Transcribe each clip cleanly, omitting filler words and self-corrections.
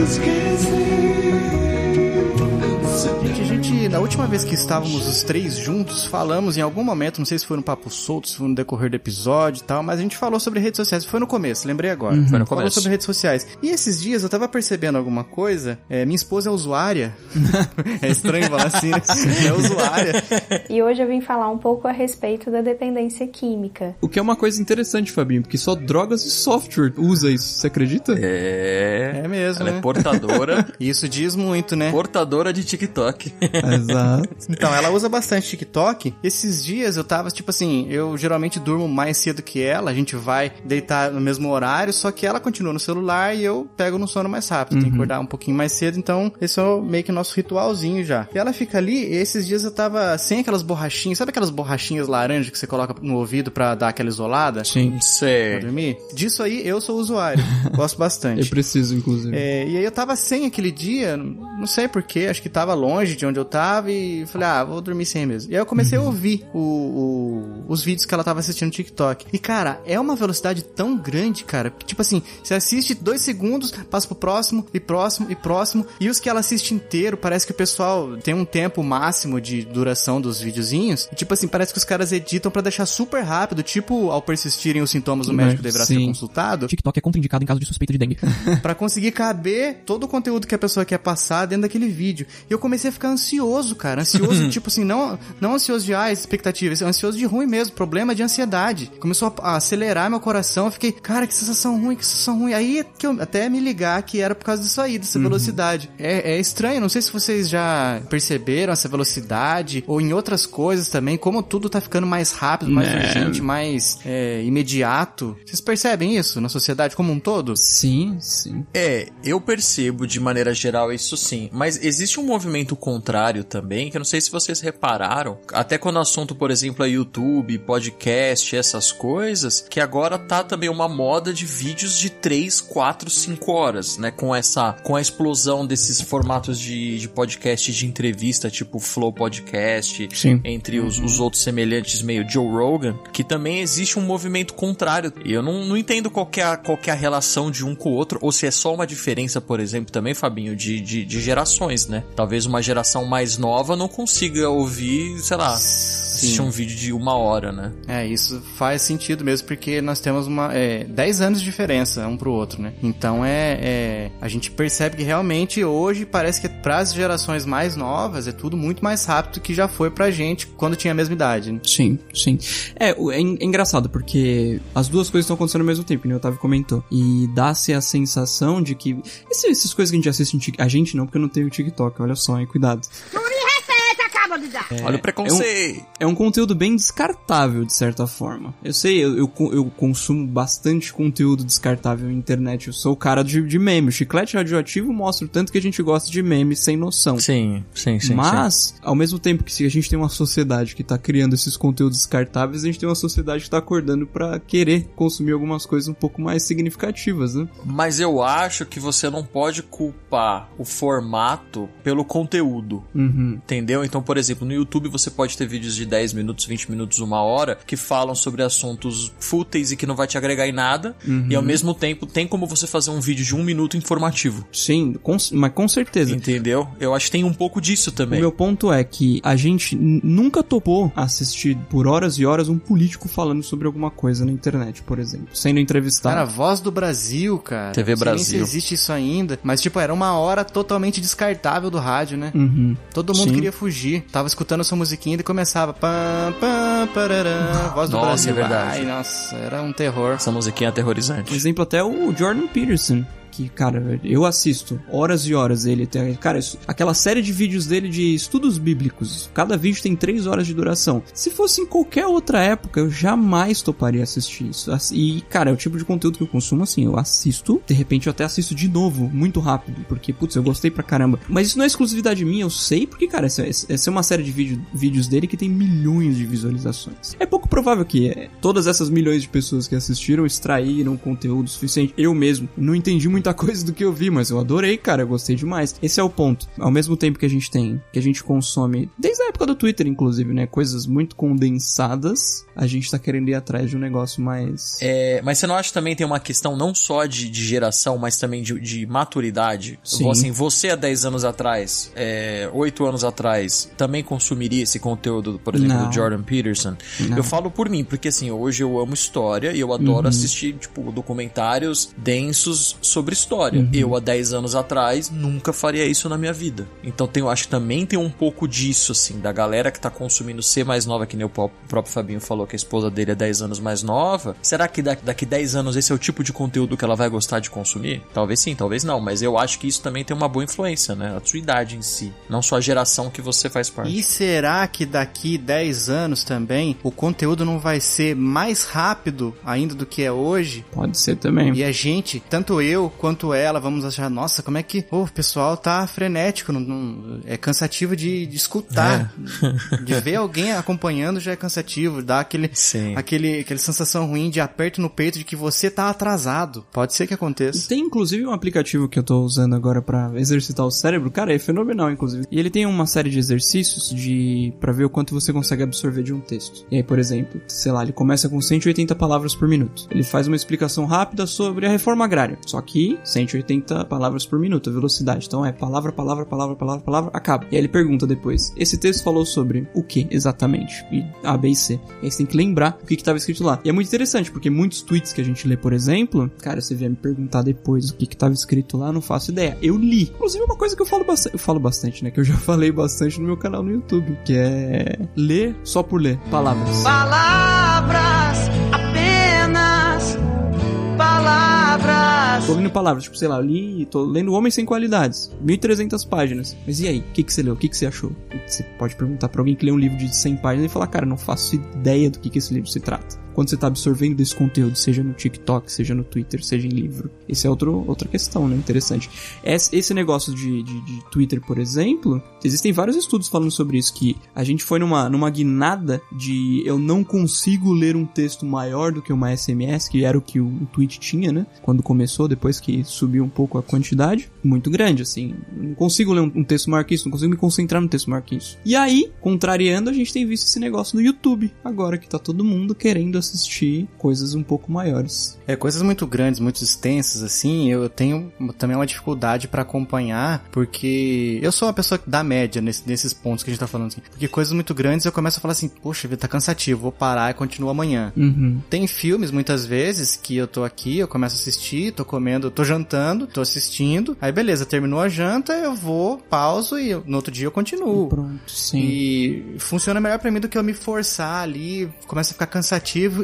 Na última vez que estávamos os três juntos, falamos em algum momento, não sei se foi no Papo Solto, se foi no decorrer do episódio e tal, mas a gente falou sobre redes sociais. Foi no começo, lembrei agora. Foi no começo. Falou sobre redes sociais. E esses dias eu tava percebendo alguma coisa, minha esposa é usuária. É estranho falar assim, né? É usuária. E hoje eu vim falar um pouco a respeito da dependência química. O que é uma coisa interessante, Fabinho, porque só drogas e software usa isso, você acredita? É mesmo, Ela né? é portadora. Isso diz muito, né? Portadora de TikTok. Exato. Então, ela usa bastante TikTok. Esses dias eu tava, tipo assim, eu geralmente durmo mais cedo que ela, a gente vai deitar no mesmo horário, só que ela continua no celular e eu pego no sono mais rápido. Tem que acordar um pouquinho mais cedo, então esse é meio que o nosso ritualzinho já. E ela fica ali, e esses dias eu tava sem aquelas borrachinhas, sabe aquelas borrachinhas laranja que você coloca no ouvido pra dar aquela isolada? Sim. Pra Sei. dormir? Disso aí, eu sou usuário. Gosto bastante. Eu preciso, inclusive. E aí eu tava sem aquele dia, não sei porquê, acho que tava longe de onde eu tava e falei, vou dormir sem mesmo. E aí eu comecei a ouvir os vídeos que ela tava assistindo no TikTok. E cara, é uma velocidade tão grande, cara, que tipo assim, você assiste 2 segundos, passa pro próximo, e próximo, e próximo, e os que ela assiste inteiro, parece que o pessoal tem um tempo máximo de duração dos videozinhos, e tipo assim, parece que os caras editam pra deixar super rápido, tipo, ao persistirem os sintomas, o médico deverá ser consultado. TikTok é contraindicado em caso de suspeita de dengue. Pra conseguir caber todo o conteúdo que a pessoa quer passar dentro daquele vídeo. E eu comecei a ficar ansioso, cara. Ansioso, tipo assim, não ansioso de expectativas, ansioso de ruim mesmo, problema de ansiedade. Começou a acelerar meu coração, eu fiquei, cara, que sensação ruim. Aí que eu até me ligar que era por causa disso aí, dessa velocidade. É estranho, não sei se vocês já perceberam essa velocidade, ou em outras coisas também, como tudo tá ficando mais rápido, mais urgente, mais imediato. Vocês percebem isso na sociedade como um todo? Sim. Eu percebo de maneira geral isso sim, mas existe um movimento contrário também, que eu não sei se vocês repararam, até quando o assunto, por exemplo, é YouTube, podcast, essas coisas, que agora tá também uma moda de vídeos de 3, 4, 5 horas, né, com a explosão desses formatos de podcast de entrevista, tipo Flow Podcast, entre os outros semelhantes, meio Joe Rogan, que também existe um movimento contrário, e eu não entendo qual que é a relação de um com o outro, ou se é só uma diferença, por exemplo, também, Fabinho, de gerações, né? Talvez uma geração mais nova não consiga ouvir, sei lá, assistir um vídeo de 1 hora, né? Isso faz sentido mesmo, porque nós temos 10 anos de diferença um pro outro, né? Então a gente percebe que realmente hoje parece que pras gerações mais novas é tudo muito mais rápido do que já foi pra gente quando tinha a mesma idade, né? Sim. É engraçado, porque as duas coisas estão acontecendo ao mesmo tempo, que o Otávio comentou. E dá-se a sensação de que essas coisas que a gente assiste a gente não, porque eu não tenho TikTok, olha só, cuidado. Olha o preconceito. É um conteúdo bem descartável, de certa forma. Eu sei, eu consumo bastante conteúdo descartável na internet. Eu sou o cara de meme. O Chiclete Radioativo mostra o tanto que a gente gosta de memes sem noção. Sim. Mas, ao mesmo tempo que se a gente tem uma sociedade que tá criando esses conteúdos descartáveis, a gente tem uma sociedade que tá acordando pra querer consumir algumas coisas um pouco mais significativas, né? Mas eu acho que você não pode culpar o formato pelo conteúdo. Entendeu? Então, por exemplo, no YouTube você pode ter vídeos de 10 minutos, 20 minutos, 1 hora, que falam sobre assuntos fúteis e que não vai te agregar em nada, e ao mesmo tempo tem como você fazer um vídeo de 1 minuto informativo. Sim, mas com certeza. Entendeu? Eu acho que tem um pouco disso também. O meu ponto é que a gente nunca topou assistir por horas e horas um político falando sobre alguma coisa na internet, por exemplo, sendo entrevistado. Cara, Voz do Brasil, cara. TV Brasil. Não sei nem se existe isso ainda, mas tipo, era 1 hora totalmente descartável do rádio, né? Todo mundo queria fugir. Tava escutando sua musiquinha e começava pam, pam, parará, Voz do Brasil. É verdade. Ai, nossa, era um terror. Essa musiquinha é aterrorizante. Por exemplo, até o Jordan Peterson, que, cara, eu assisto horas e horas ele tem, cara, aquela série de vídeos dele de estudos bíblicos, cada vídeo tem 3 horas de duração. Se fosse em qualquer outra época, eu jamais toparia assistir isso. E, cara, é o tipo de conteúdo que eu consumo, assim, eu assisto, de repente eu até assisto de novo, muito rápido, porque, putz, eu gostei pra caramba. Mas isso não é exclusividade minha, eu sei, porque, cara, essa é uma série de vídeos dele que tem milhões de visualizações. É pouco provável que todas essas milhões de pessoas que assistiram extraíram conteúdo suficiente. Eu mesmo não entendi muito muita coisa do que eu vi, mas eu adorei, cara, eu gostei demais. Esse é o ponto. Ao mesmo tempo que a gente consome, desde a época do Twitter, inclusive, né, coisas muito condensadas, a gente tá querendo ir atrás de um negócio mais... Mas você não acha que também tem uma questão não só de geração, mas também de maturidade? Sim. Assim, você há 10 anos atrás, 8 anos atrás, também consumiria esse conteúdo, por exemplo, do Jordan Peterson? Não. Eu falo por mim, porque assim, hoje eu amo história e eu adoro assistir, tipo, documentários densos sobre história. Eu, há 10 anos atrás, nunca faria isso na minha vida. Então, acho que também tem um pouco disso, assim, da galera que tá consumindo ser mais nova, que nem o próprio Fabinho falou que a esposa dele é 10 anos mais nova. Será que daqui 10 anos esse é o tipo de conteúdo que ela vai gostar de consumir? Talvez sim, talvez não, mas eu acho que isso também tem uma boa influência, né? A sua idade em si, não só a geração que você faz parte. E será que daqui 10 anos também o conteúdo não vai ser mais rápido ainda do que é hoje? Pode ser também. E a gente, tanto eu quanto ela, vamos achar, nossa, como é que o pessoal tá frenético, é cansativo de escutar. De ver alguém acompanhando já é cansativo, dá aquele sensação ruim de aperto no peito de que você tá atrasado. Pode ser que aconteça. Tem inclusive um aplicativo que eu tô usando agora pra exercitar o cérebro, cara, é fenomenal inclusive. E ele tem uma série de exercícios pra ver o quanto você consegue absorver de um texto. E aí, por exemplo, sei lá, ele começa com 180 palavras por minuto. Ele faz uma explicação rápida sobre a reforma agrária. Só que 180 palavras por minuto, a velocidade. Então é palavra, acaba. E aí ele pergunta depois, esse texto falou sobre o que exatamente? E A, B e C. E aí você tem que lembrar o que estava escrito lá. E é muito interessante, porque muitos tweets que a gente lê, por exemplo, cara, você vier me perguntar depois o que estava escrito lá, eu não faço ideia. Eu li. Inclusive uma coisa que eu falo bastante, né? Que eu já falei bastante no meu canal no YouTube, que é ler só por ler. Palavras. Palavras, apenas palavras. Tô lendo palavras, tipo, sei lá, tô lendo Homem Sem Qualidades, 1.300 páginas. Mas e aí? O que você leu? O que você achou? Você pode perguntar pra alguém que lê um livro de 100 páginas e falar, cara, não faço ideia do que esse livro se trata. Quando você tá absorvendo desse conteúdo, seja no TikTok, seja no Twitter, seja em livro. Esse é outra questão, né? Interessante. Esse negócio de Twitter, por exemplo, existem vários estudos falando sobre isso, que a gente foi numa guinada de eu não consigo ler um texto maior do que uma SMS, que era o que o tweet tinha, né? Quando começou, depois que subiu um pouco a quantidade, muito grande, assim. Não consigo ler um texto maior que isso, não consigo me concentrar no texto maior que isso. E aí, contrariando, a gente tem visto esse negócio no YouTube, agora que tá todo mundo querendo assistir coisas um pouco maiores. Coisas muito grandes, muito extensas, assim, eu tenho também uma dificuldade pra acompanhar, porque eu sou uma pessoa da média nesses pontos que a gente tá falando, assim. Porque coisas muito grandes eu começo a falar assim, poxa, tá cansativo, vou parar e continuo amanhã. Tem filmes, muitas vezes, que eu tô aqui, eu começo a assistir, tô comendo, tô jantando, tô assistindo, aí beleza, terminou a janta, eu vou, pauso e no outro dia eu continuo. E pronto, sim. E funciona melhor pra mim do que eu me forçar ali, começa a ficar cansativo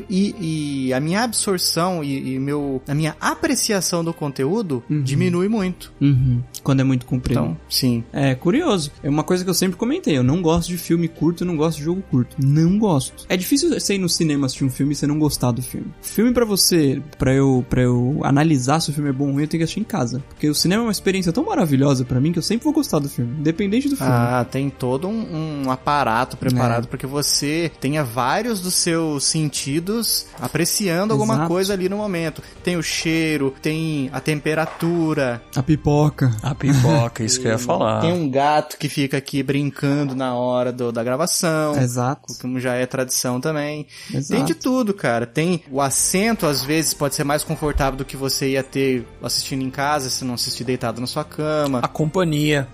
e a minha absorção e a minha apreciação do conteúdo diminui muito. Quando é muito comprido. Então, sim. É curioso. É uma coisa que eu sempre comentei. Eu não gosto de filme curto, eu não gosto de jogo curto. Não gosto. É difícil você ir no cinema assistir um filme e você não gostar do filme. Filme pra eu analisar se o filme é bom ou ruim, eu tenho que assistir em casa. Porque o cinema é uma experiência tão maravilhosa pra mim que eu sempre vou gostar do filme, independente do filme. Tem todo um aparato preparado para que você tenha vários dos seus sentidos apreciando alguma coisa ali no momento. Tem o cheiro, tem a temperatura, a pipoca, isso que eu ia falar. Tem um gato que fica aqui brincando na hora da gravação. Exato. Como já é tradição também. Exato. Tem de tudo, cara. Tem o assento, às vezes, pode ser mais confortável do que você ia ter assistindo em casa, se não assistir deitado na sua cama. A companhia.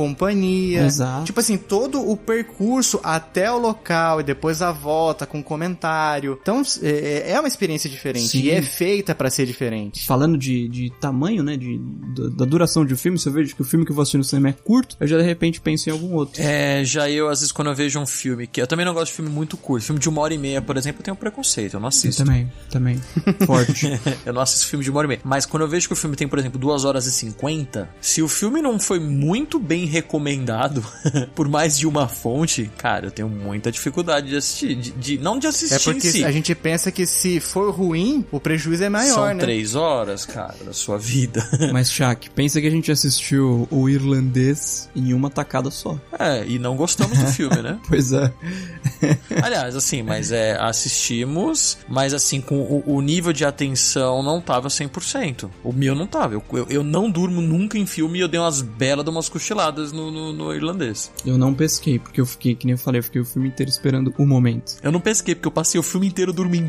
Exato. Tipo assim, todo o percurso até o local e depois a volta com comentário. Então, é uma experiência diferente. Sim. E é feita pra ser diferente. Falando de tamanho, né, da duração de um filme, se eu vejo que o filme que eu vou assistir no cinema é curto, eu já de repente penso em algum outro. Já eu, às vezes, quando eu vejo um filme, que eu também não gosto de filme muito curto, filme de 1h30, por exemplo, eu tenho preconceito, eu não assisto. Eu também. Forte. Eu não assisto filme de 1h30. Mas quando eu vejo que o filme tem, por exemplo, 2h50, se o filme não foi muito bem recomendado por mais de uma fonte, cara, eu tenho muita dificuldade de assistir. Não de assistir é porque em si. a gente gente pensa que se for ruim, o prejuízo é maior, São né? 3 horas, cara, da sua vida. Mas, Shaq, pensa que a gente assistiu o Irlandês em uma tacada só. E não gostamos do filme, né? Pois é. Aliás, assim, mas assistimos, mas assim, com o nível de atenção não tava 100%. O meu não tava. Eu não durmo nunca em filme e eu dei umas belas de umas cochiladas no Irlandês. Eu não pesquei, porque eu fiquei, que nem eu falei, eu fiquei o filme inteiro esperando o momento. Eu não pesquei, porque eu passei o filme inteiro dormindo.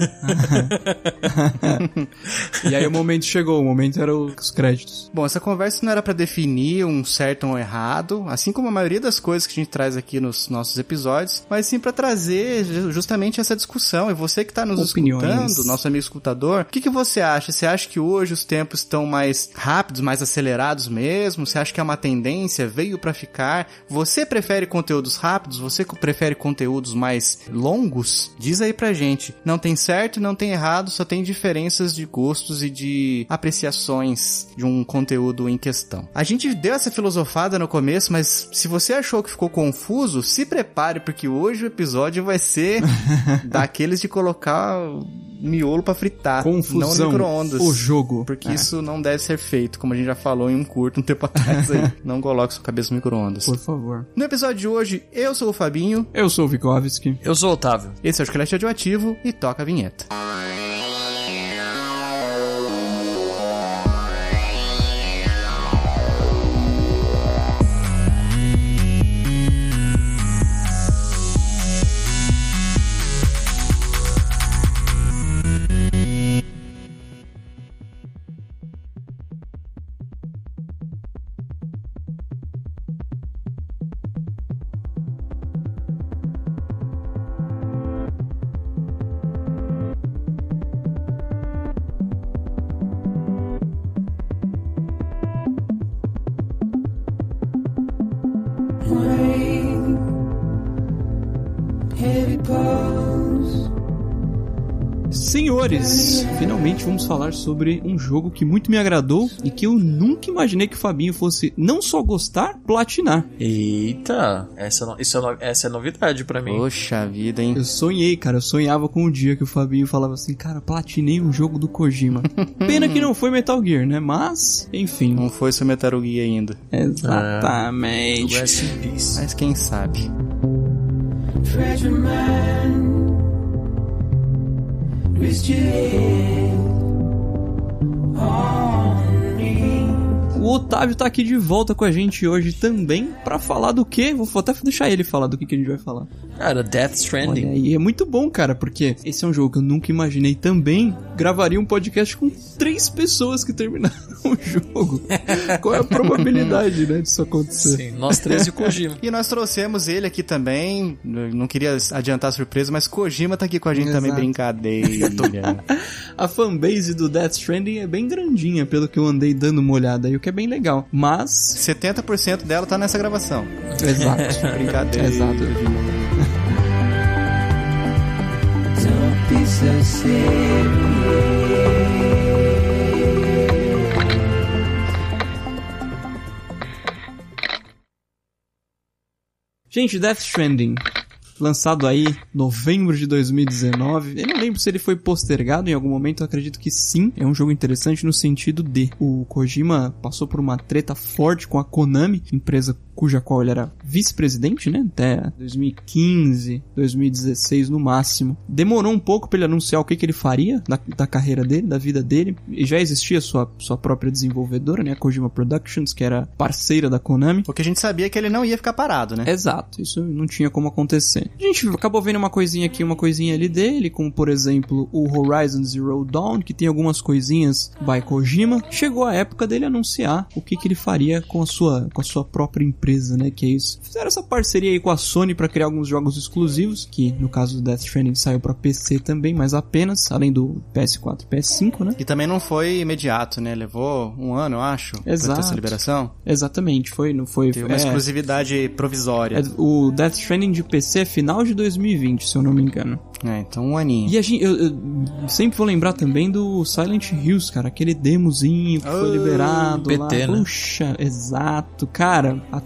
E aí o momento chegou, o momento era os créditos. Bom, essa conversa não era pra definir um certo ou um errado, assim como a maioria das coisas que a gente traz aqui nos nossos episódios, mas sim pra trazer justamente essa discussão. E você que tá nos escutando, nosso amigo escutador, o que você acha? Você acha que hoje os tempos estão mais rápidos, mais acelerados mesmo? Você acha que é uma tendência? Veio pra ficar? Você prefere conteúdos rápidos? Você prefere conteúdos mais longos? Diz aí pra gente. Não tem certo, não tem errado, só tem diferenças de gostos e de apreciações de um conteúdo em questão. A gente deu essa filosofada no começo, mas se você achou que ficou confuso, se prepare, porque hoje o episódio vai ser daqueles de colocar miolo pra fritar. Confusão. Não no micro-ondas. O jogo. Porque isso não deve ser feito, como a gente já falou em um curto um tempo atrás aí. Não coloque sua cabeça no micro-ondas. Por favor. No episódio de hoje, eu sou o Fabinho. Eu sou o Vikovski. Eu sou o Otávio. Esse é o Esqueleto Radioativo e toca a vinheta. Senhores, finalmente vamos falar sobre um jogo que muito me agradou e que eu nunca imaginei que o Fabinho fosse não só gostar, platinar. Eita, essa é novidade pra mim. Poxa vida, hein? Eu sonhei, cara, eu sonhava com o dia que o Fabinho falava assim, cara, platinei um jogo do Kojima. Pena que não foi Metal Gear, né? Mas, enfim. Não foi seu Metal Gear ainda. Exatamente. Rest in peace. Mas quem sabe? Treasure man, rest your head on me. O Otávio tá aqui de volta com a gente hoje também pra falar do quê? Vou até deixar ele falar do que a gente vai falar. Cara, Death Stranding. Olha aí, é muito bom, cara, porque esse é um jogo que eu nunca imaginei também. Gravaria um podcast com 3 pessoas que terminaram o jogo. Qual é a probabilidade, né, disso acontecer? Sim, nós 3 e Kojima. E nós trouxemos ele aqui também. Não queria adiantar a surpresa, mas Kojima tá aqui com a gente também. Brincadeira. A fanbase do Death Stranding é bem grandinha, pelo que eu andei dando uma olhada aí, o que é bem legal. Mas 70% dela tá nessa gravação. Exato. Brincadeira. Exato. Don't be so serious. Gente, Death Stranding, lançado aí em novembro de 2019. Eu não lembro se ele foi postergado em algum momento, eu acredito que sim. É um jogo interessante no sentido de o Kojima passou por uma treta forte com a Konami, empresa cuja qual ele era vice-presidente, né? Até 2015, 2016 no máximo. Demorou um pouco pra ele anunciar o que ele faria da carreira dele, da vida dele. E já existia sua própria desenvolvedora, né? A Kojima Productions, que era parceira da Konami. Porque a gente sabia que ele não ia ficar parado, né? Exato, isso não tinha como acontecer. A gente acabou vendo uma coisinha aqui, uma coisinha ali dele, como por exemplo o Horizon Zero Dawn, que tem algumas coisinhas by Kojima. Chegou a época dele anunciar o que ele faria com a sua própria empresa, né, que é isso. Fizeram essa parceria aí com a Sony pra criar alguns jogos exclusivos, que no caso do Death Stranding saiu pra PC também, mas apenas, além do PS4 e PS5, né? E também não foi imediato, né? Levou um ano, eu acho, Exato. pra ter essa liberação. Exatamente, não foi... Teve uma exclusividade provisória. O Death Stranding de PC é final de 2020, se eu não me engano. Então um aninho. E eu sempre vou lembrar também do Silent Hills, cara, aquele demozinho que foi liberado PT, lá. né? Puxa, exato. Cara, até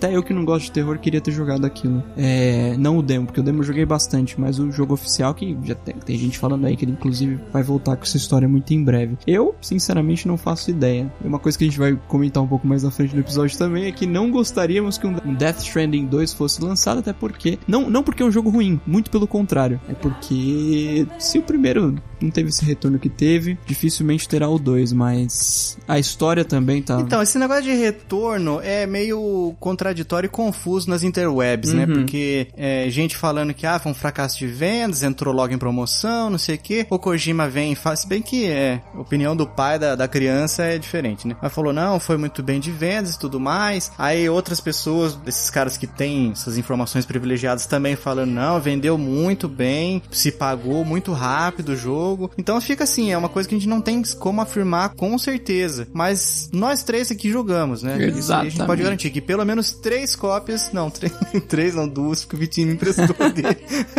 até eu que não gosto de terror queria ter jogado aquilo. Não o demo, porque o demo eu joguei bastante, mas o jogo oficial, que já tem gente falando aí que ele inclusive vai voltar com essa história muito em breve. Eu, sinceramente, não faço ideia. E uma coisa que a gente vai comentar um pouco mais na frente do episódio também é que não gostaríamos que um Death Stranding 2 fosse lançado, até porque... Não porque é um jogo ruim, muito pelo contrário. É porque se o primeiro não teve esse retorno que teve, dificilmente terá o 2, mas a história também tá... Então, esse negócio de retorno é meio contraditório e confuso nas interwebs, né? Porque gente falando que foi um fracasso de vendas, entrou logo em promoção, não sei o quê. O Kojima vem e faz... Se bem que a opinião do pai da criança é diferente, né? Mas falou, não, foi muito bem de vendas e tudo mais. Aí outras pessoas, desses caras que têm essas informações privilegiadas também falando, não, vendeu muito bem, se pagou muito rápido o jogo. Então fica assim, é uma coisa que a gente não tem como afirmar com certeza. Mas nós três aqui jogamos, né? Exatamente. Isso a gente pode garantir que pelo menos 3 cópias, não, 3 não, 2, porque o Vitinho me emprestou dele.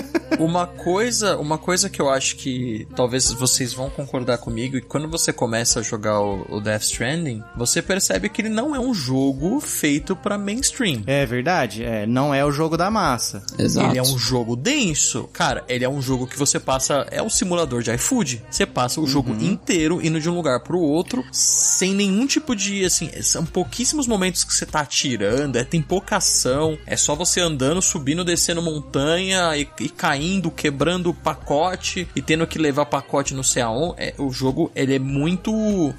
Uma coisa que eu acho que talvez vocês vão concordar comigo, e quando você começa a jogar o Death Stranding, você percebe que ele não é um jogo feito pra mainstream. É verdade, não é o jogo da massa. Exato. Ele é um jogo denso. Cara, ele é um jogo que você passa... É um simulador de iFood. Você passa o jogo inteiro indo de um lugar pro outro, sem nenhum tipo de, assim... São pouquíssimos momentos que você tá atirando, tem pouca ação. É só você andando, subindo, descendo montanha e caindo, quebrando o pacote e tendo que levar pacote no céu. O jogo, ele é muito...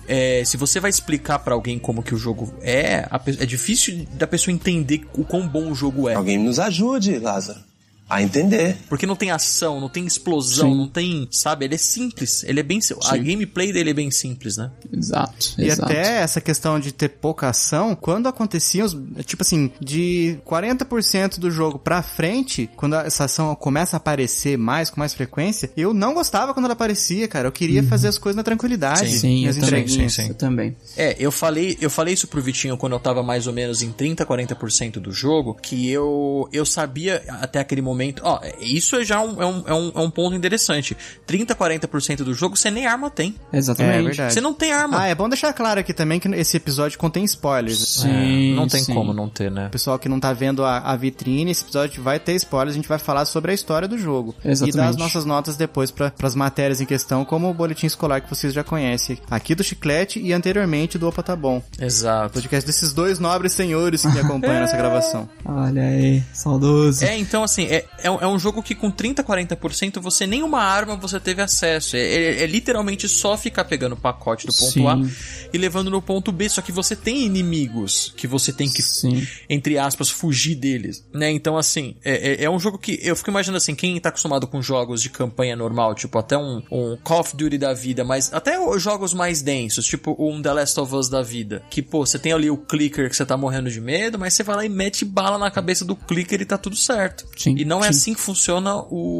se você vai explicar pra alguém como que o jogo é difícil da pessoa entender o quão bom o jogo é. Alguém nos ajude, Lázaro, a entender. Porque não tem ação, não tem explosão, Sim. não tem... Sabe? Ele é simples. Ele é bem... A gameplay dele é bem simples, né? Exato. E até essa questão de ter pouca ação, quando acontecia, tipo assim, de 40% do jogo pra frente, quando essa ação começa a aparecer com mais frequência, eu não gostava quando ela aparecia, cara. Eu queria fazer as coisas na tranquilidade. Sim, minhas eu também. entreguinhas. Eu também. Eu falei isso pro Vitinho quando eu tava mais ou menos em 30%, 40% do jogo, que eu sabia até aquele momento... isso já é um ponto interessante. 30%, 40% do jogo você nem arma tem. Exatamente. É verdade. Você não tem arma. É bom deixar claro aqui também que esse episódio contém spoilers. Sim, não tem sim. como não ter, né? O pessoal que não tá vendo a vitrine, esse episódio vai ter spoilers, a gente vai falar sobre a história do jogo. Exatamente. E dar as nossas notas depois pras matérias em questão, como o boletim escolar que vocês já conhecem. Aqui do Chiclete e anteriormente do Opa Tá Bom. Exato. Podcast desses 2 nobres senhores que me acompanham nessa gravação. Olha aí, saudoso. Então assim, é um jogo que com 30%, 40% você nem uma arma você teve acesso. É literalmente só ficar pegando o pacote do ponto Sim. A e levando no ponto B. Só que você tem inimigos que você tem que, Sim. entre aspas, fugir deles, né? Então assim, é um jogo que eu fico imaginando assim, quem tá acostumado com jogos de campanha normal, tipo até um Call of Duty da vida, mas até jogos mais densos, tipo um The Last of Us da vida, que pô, você tem ali o clicker que você tá morrendo de medo, mas você vai lá e mete bala na cabeça do clicker e tá tudo certo. Sim, E não é sim. assim que funciona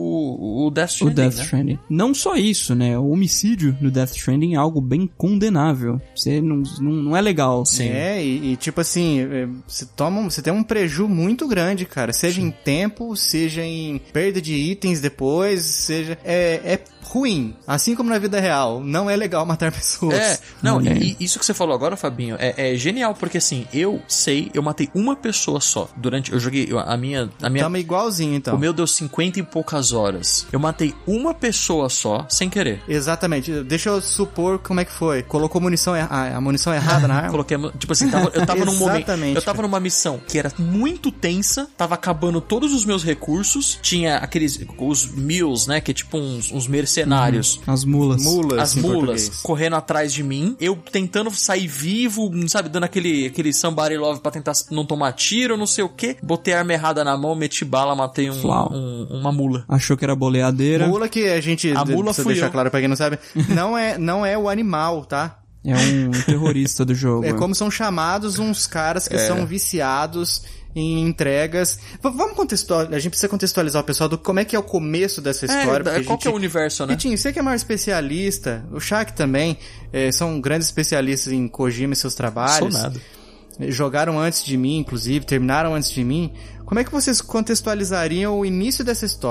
o Death Stranding, O Death né? Stranding. Não só isso, né? O homicídio no Death Stranding é algo bem condenável. Você não é legal. Sim. E tipo assim, você tem um preju muito grande, cara. Seja em tempo, seja em perda de itens depois, seja... É ruim. Assim como na vida real. Não é legal matar pessoas. E isso que você falou agora, Fabinho, é genial, porque assim, eu matei uma pessoa só. Eu joguei a minha... Tamo igualzinho, então. O meu deu 50 e poucas horas. Eu matei uma pessoa só, sem querer. Exatamente. Deixa eu supor como é que foi. Colocou a munição errada na arma? Coloquei, tipo assim, eu tava num momento... Exatamente, Eu tava numa missão que era muito tensa, tava acabando todos os meus recursos, tinha os mules, né, que é tipo uns mercenários. As mulas. As em mulas português. correndo atrás de mim, eu tentando sair vivo, sabe, dando aquele somebody love pra tentar não tomar tiro, não sei o que. Botei a arma errada na mão, meti bala, matei uma mula. Achou que era boleadeira. Mula que a gente... A mula precisa fui deixar eu. claro pra quem não sabe. Não é o animal, tá? É um terrorista do jogo. É como são chamados uns caras que são viciados em entregas. Vamos contextualizar, a gente precisa contextualizar o pessoal do como é que é o começo dessa história. Qual que é o universo, né? Vitinho, você que é maior especialista, o Shaq também, são grandes especialistas em Kojima e seus trabalhos. Sou nada. Jogaram antes de mim, inclusive, terminaram antes de mim. Como é que vocês contextualizariam o início dessa história?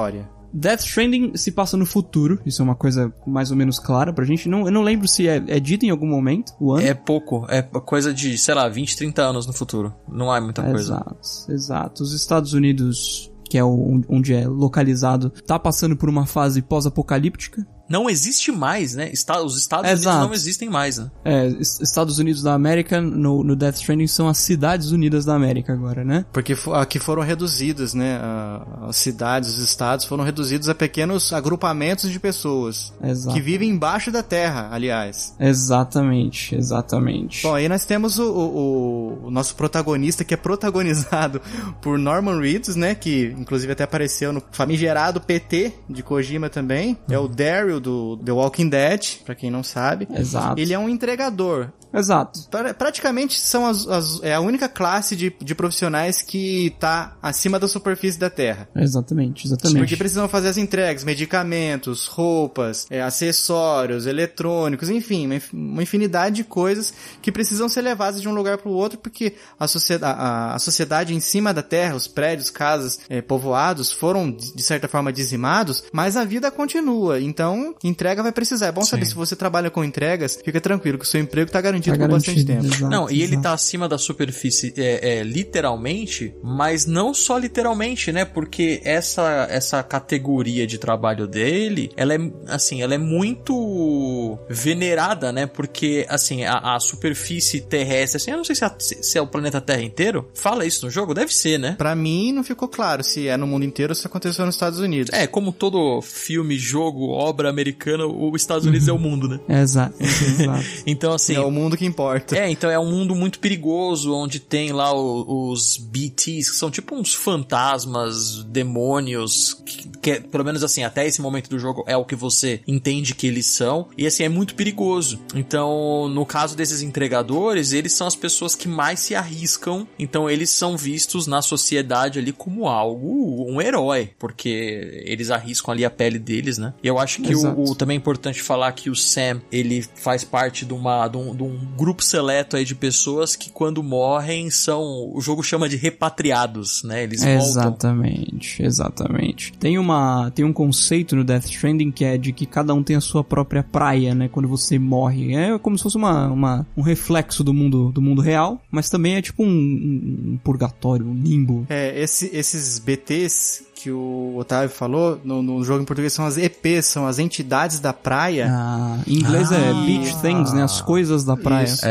Death Stranding se passa no futuro, isso é uma coisa mais ou menos clara pra gente. Eu não lembro se é dito em algum momento o ano. É pouco, é coisa de, sei lá, 20, 30 anos no futuro. Não há muita coisa. Exato. Os Estados Unidos, que é onde é localizado, tá passando por uma fase pós-apocalíptica. Não existe mais, né? Os Estados Unidos não existem mais, né? Estados Unidos da América, no Death Stranding, são as Cidades Unidas da América agora, né? Porque aqui foram reduzidas, né? As cidades, os estados foram reduzidos a pequenos agrupamentos de pessoas. Exato. Que vivem embaixo da terra, aliás. Exatamente. Bom, aí nós temos o nosso protagonista, que é protagonizado por Norman Reedus, né? Que inclusive até apareceu no famigerado PT de Kojima também. É o Daryl do The Walking Dead, pra quem não sabe. Exato. Ele é um entregador. Exato. Praticamente são é a única classe de profissionais que tá acima da superfície da Terra. Exatamente. Porque precisam fazer as entregas, medicamentos, roupas, acessórios, eletrônicos, enfim, uma infinidade de coisas que precisam ser levadas de um lugar pro outro, porque a sociedade em cima da Terra, os prédios, casas, povoados, foram, de certa forma, dizimados, mas a vida continua. Então, entrega vai precisar. É bom saber, se você trabalha com entregas, fica tranquilo que o seu emprego tá garantido por bastante tempo. Exato, e ele tá acima da superfície literalmente, mas não só literalmente, né? Porque essa categoria de trabalho dele, ela é muito venerada, né? Porque, assim, a superfície terrestre, assim, eu não sei se é o planeta Terra inteiro. Fala isso no jogo? Deve ser, né? Pra mim, não ficou claro se é no mundo inteiro ou se aconteceu nos Estados Unidos. Como todo filme, jogo, obra americana, os Estados Unidos é o mundo, né? Exato. Então, assim... É o mundo que importa. Então é um mundo muito perigoso, onde tem lá os BTs, que são tipo uns fantasmas, demônios, que pelo menos assim, até esse momento do jogo é o que você entende que eles são, e assim, é muito perigoso. Então, no caso desses entregadores, eles são as pessoas que mais se arriscam, então eles são vistos na sociedade ali como um herói, porque eles arriscam ali a pele deles, né? E eu acho que também é importante falar que o Sam, ele faz parte de um grupo seleto aí de pessoas que quando morrem o jogo chama de repatriados, né? Eles voltam. Exatamente. Tem um conceito no Death Stranding que é de que cada um tem a sua própria praia, né? Quando você morre. É como se fosse um reflexo do mundo real, mas também é tipo um purgatório, um limbo. Esses BTs que o Otávio falou, no jogo em português são as EPs, são as entidades da praia. Em inglês é Beach Things, né? As coisas da praia. Isso.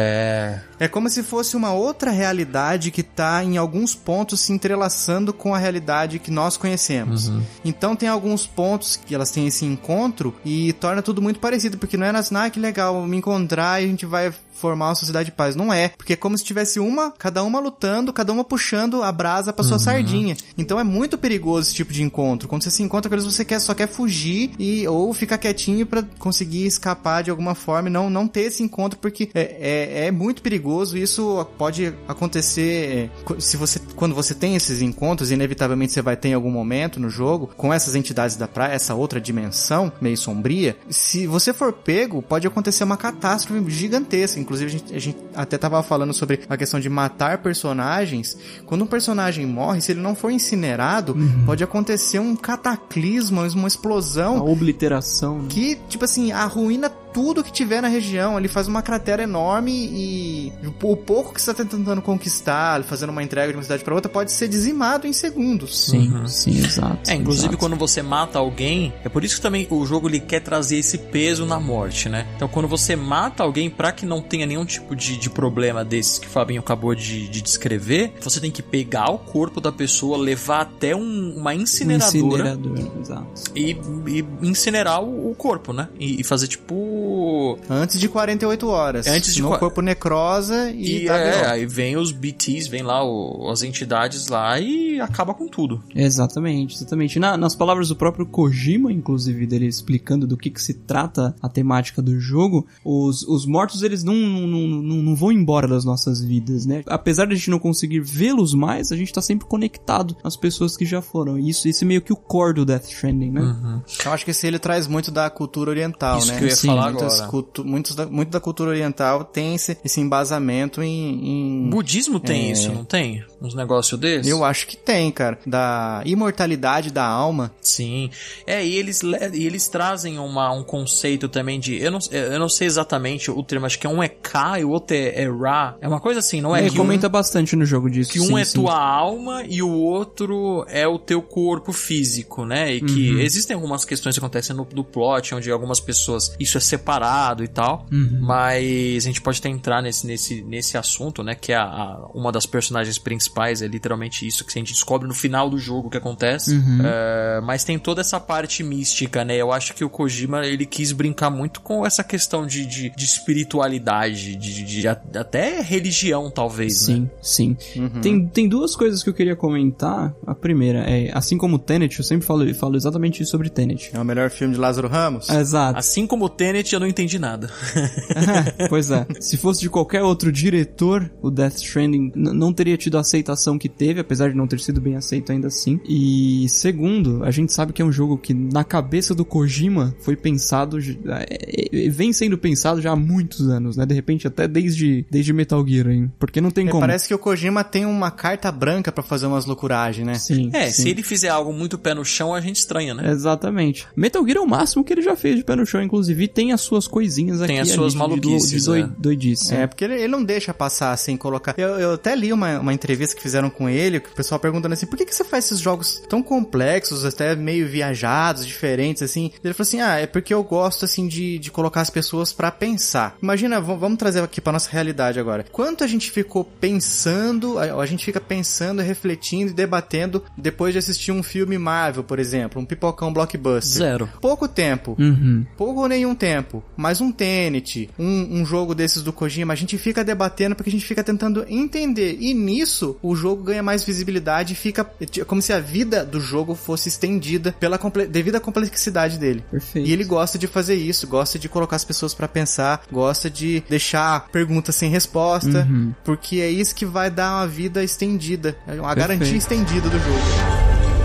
É como se fosse uma outra realidade que tá em alguns pontos se entrelaçando com a realidade que nós conhecemos. Então tem alguns pontos que elas têm esse encontro e torna tudo muito parecido, porque não é assim, que legal, me encontrar e a gente vai formar uma sociedade de paz. Não é, porque é como se tivesse cada uma lutando, cada uma puxando a brasa pra sua sardinha. Então é muito perigoso esse tipo de encontro. Quando você se encontra com eles, você só quer fugir ou ficar quietinho pra conseguir escapar de alguma forma e não ter esse encontro, porque é muito perigoso. Isso pode acontecer quando você tem esses encontros, inevitavelmente você vai ter em algum momento no jogo, com essas entidades da praia, essa outra dimensão meio sombria. Se você for pego, pode acontecer uma catástrofe gigantesca. Inclusive, a gente até tava falando sobre a questão de matar personagens. Quando um personagem morre, se ele não for incinerado, pode acontecer um cataclisma, uma explosão. A obliteração. Que, tipo assim, arruína tudo que tiver na região. Ele faz uma cratera enorme e o pouco que você tá tentando conquistar, fazendo uma entrega de uma cidade pra outra, pode ser dizimado em segundos. Sim, exato. Inclusive quando você mata alguém, é por isso que também o jogo ele quer trazer esse peso na morte, né? Então quando você mata alguém, pra que não tenha nenhum tipo de problema desses que o Fabinho acabou de descrever, você tem que pegar o corpo da pessoa, levar até uma incineradora, exato. E incinerar o corpo, né? E fazer tipo... Antes de 48 horas. O corpo necrosa e aí vem os BTs, vem lá as entidades lá e acaba com tudo. Exatamente. Nas palavras do próprio Kojima, inclusive, dele explicando do que se trata a temática do jogo, os mortos, eles não vão embora das nossas vidas, né? Apesar de a gente não conseguir vê-los mais, a gente tá sempre conectado às pessoas que já foram. Isso é meio que o core do Death Stranding, né? Eu acho que ele traz muito da cultura oriental, isso né? Que eu ia falar agora. Muito da cultura oriental tem esse embasamento em... Budismo tem isso, não tem? uns negócios desses? Eu acho que tem, cara. Da imortalidade da alma. Sim. E eles trazem um conceito também de... Eu não sei exatamente o termo, acho que um é Ka e o outro é Ra. É uma coisa assim, não é? Ele comenta bastante no jogo disso. Que um é tua alma e o outro é o teu corpo físico, né? E que existem algumas questões que acontecem no plot, onde algumas pessoas... Isso é separado e tal. Mas a gente pode até entrar nesse assunto, né? Que é uma das personagens principais, é literalmente isso que a gente descobre no final do jogo que acontece. Mas tem toda essa parte mística, né? Eu acho que o Kojima, ele quis brincar muito com essa questão de espiritualidade, de até religião, talvez, né? Sim. Tem duas coisas que eu queria comentar. A primeira é, assim como o Tenet, eu sempre falo exatamente isso sobre Tenet. É o melhor filme de Lázaro Ramos? Exato. Assim como o Tenet, eu não entendi nada. Pois é. Se fosse de qualquer outro diretor, o Death Stranding não teria tido a aceitação que teve, apesar de não ter sido bem aceito ainda assim. E segundo, a gente sabe que é um jogo que na cabeça do Kojima foi pensado, vem sendo pensado já há muitos anos, né? De repente até desde Metal Gear, hein? Porque não tem como. Parece que o Kojima tem uma carta branca pra fazer umas loucuragens, né? Sim. Se ele fizer algo muito pé no chão, a gente estranha, né? Exatamente. Metal Gear é o máximo que ele já fez de pé no chão, inclusive, tem as suas coisinhas aqui. Tem as suas maluquices, doidice. Porque ele não deixa passar sem colocar. Eu até li uma entrevista que fizeram com ele, que o pessoal perguntando assim, por que você faz esses jogos tão complexos, até meio viajados, diferentes, assim? Ele falou assim, é porque eu gosto, assim, de colocar as pessoas pra pensar. Imagina, vamos trazer aqui pra nossa realidade agora. Quanto a gente ficou pensando, a gente fica pensando, refletindo e debatendo depois de assistir um filme Marvel, por exemplo, um pipocão blockbuster? Zero. Pouco tempo. Pouco ou nenhum tempo. Mas um Tenet, um jogo desses do Kojima, a gente fica debatendo porque a gente fica tentando entender. E nisso, o jogo ganha mais visibilidade e fica como se a vida do jogo fosse estendida devido à complexidade dele. Perfeito. E ele gosta de fazer isso, gosta de colocar as pessoas pra pensar, gosta de deixar perguntas sem resposta, porque é isso que vai dar uma vida estendida, uma garantia estendida do jogo.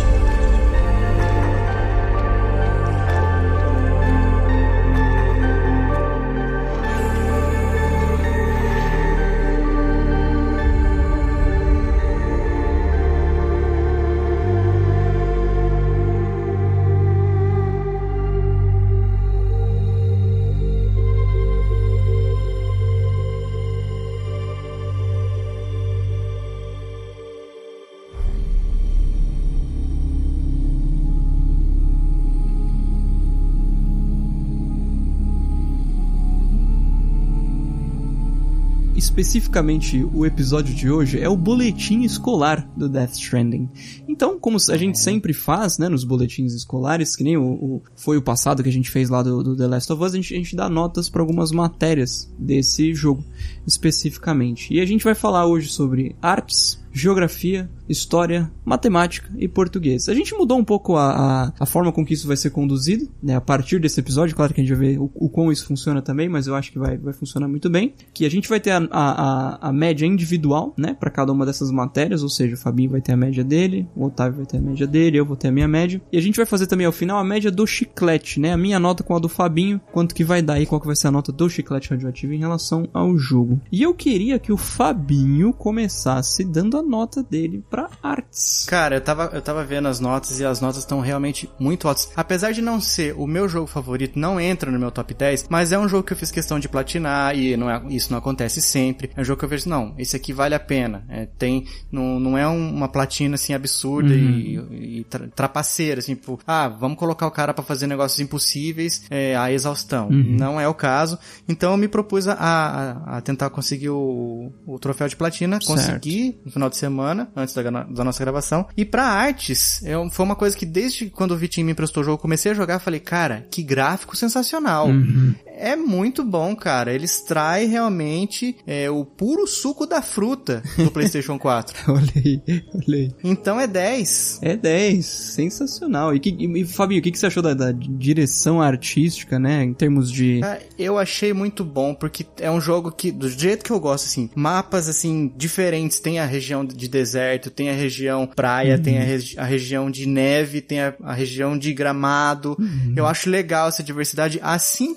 Especificamente, o episódio de hoje é o boletim escolar do Death Stranding. Então, como a gente sempre faz, né, nos boletins escolares, que nem foi o passado que a gente fez lá do The Last of Us, a gente dá notas para algumas matérias desse jogo, especificamente. E a gente vai falar hoje sobre artes, geografia, história, matemática e português. A gente mudou um pouco a forma com que isso vai ser conduzido, né, a partir desse episódio. Claro que a gente vai ver o quão isso funciona também, mas eu acho que vai funcionar muito bem. Que a gente vai ter a média individual, né, para cada uma dessas matérias, ou seja, o Fabinho vai ter a média dele, o Otávio vai ter a média dele, eu vou ter a minha média. E a gente vai fazer também ao final a média do chiclete, né, a minha nota com a do Fabinho, quanto que vai dar e qual que vai ser a nota do chiclete radioativo em relação ao jogo. E eu queria que o Fabinho começasse dando a nota dele pra artes. Cara, eu tava vendo as notas e as notas estão realmente muito altas. Apesar de não ser o meu jogo favorito, não entra no meu top 10, mas é um jogo que eu fiz questão de platinar e isso não acontece sempre. É um jogo que eu vejo, não, esse aqui vale a pena. Não é uma platina assim absurda e trapaceira, assim, tipo, vamos colocar o cara pra fazer negócios impossíveis à exaustão. Não é o caso. Então eu me propus a tentar conseguir o troféu de platina. Consegui no final de semana, antes da nossa gravação. E pra artes, foi uma coisa que desde quando o Vitinho me emprestou o jogo, eu comecei a jogar, falei, cara, que gráfico sensacional. É muito bom, cara. Ele extrai realmente o puro suco da fruta do PlayStation 4. Olhei. Então é 10. É 10. Sensacional. E Fabinho, o que você achou da direção artística, né? Em termos de... Eu achei muito bom, porque é um jogo que, do jeito que eu gosto, assim, mapas, assim, diferentes. Tem a região de deserto, tem a região praia, tem a região de neve, tem a região de gramado. Eu acho legal essa diversidade, assim como existe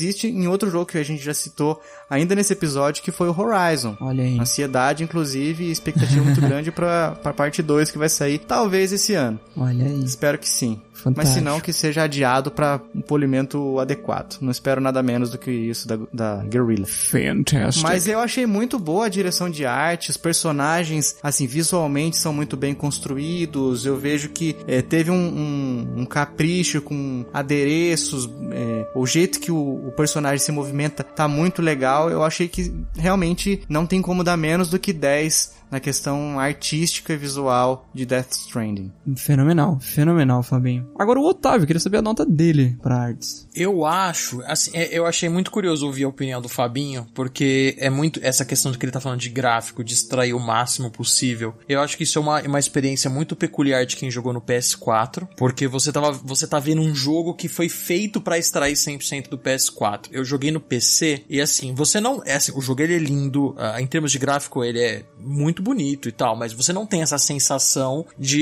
existe em outro jogo que a gente já citou ainda nesse episódio, que foi o Horizon. Olha aí. Ansiedade, inclusive, e expectativa muito grande pra parte 2 que vai sair, talvez esse ano. Olha aí. Espero que sim. Fantástico. Mas se não, que seja adiado pra um polimento adequado. Não espero nada menos do que isso da Guerrilla. Fantástico. Mas eu achei muito boa a direção de arte, os personagens, assim, visualmente são muito bem construídos, eu vejo que teve um capricho com adereços, o jeito que o personagem se movimenta tá muito legal. Eu achei que realmente não tem como dar menos do que 10 na questão artística e visual de Death Stranding. Fenomenal, fenomenal, Fabinho. Agora o Otávio, queria saber a nota dele pra artes. Eu acho, assim, eu achei muito curioso ouvir a opinião do Fabinho, porque é muito essa questão de que ele tá falando de gráfico, de extrair o máximo possível. Eu acho que isso é uma experiência muito peculiar de quem jogou no PS4, porque você tá vendo um jogo que foi feito pra extrair 100% do PS4. Eu joguei no PC e assim, você não, assim, o jogo ele é lindo, em termos de gráfico ele é muito bonito e tal, mas você não tem essa sensação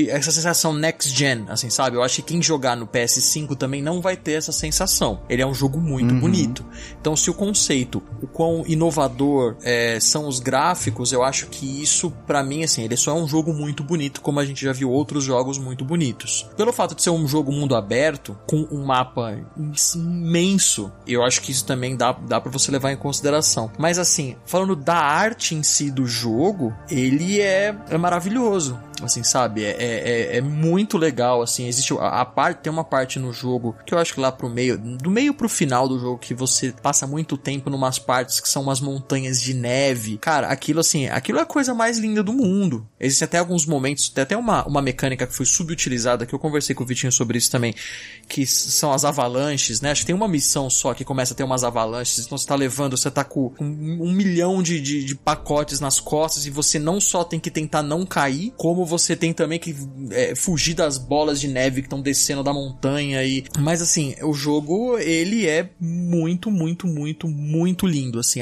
next gen, assim, sabe? Eu acho que quem jogar no PS5 também não vai ter essa sensação. Ele é um jogo muito bonito. Então, se o conceito, o quão inovador são os gráficos, eu acho que isso, pra mim, assim, ele só é um jogo muito bonito, como a gente já viu outros jogos muito bonitos. Pelo fato de ser um jogo mundo aberto, com um mapa imenso, eu acho que isso também dá pra você levar em consideração. Mas, assim, falando da arte em si do jogo, ele é maravilhoso, assim, sabe? É muito legal, assim, existe tem uma parte no jogo que eu acho que lá do meio pro final do jogo, que você passa muito tempo numas partes que são umas montanhas de neve. Cara, aquilo é a coisa mais linda do mundo. Existem até alguns momentos, tem até uma mecânica que foi subutilizada, que eu conversei com o Vitinho sobre isso também, que são as avalanches, né? Acho que tem uma missão só que começa a ter umas avalanches, então você tá com 1 milhão de pacotes nas costas, e você não só tem que tentar não cair, como você tem também que fugir das bolas de neve que estão descendo da montanha. Mas assim, o jogo, ele é muito, muito, muito, muito lindo, assim,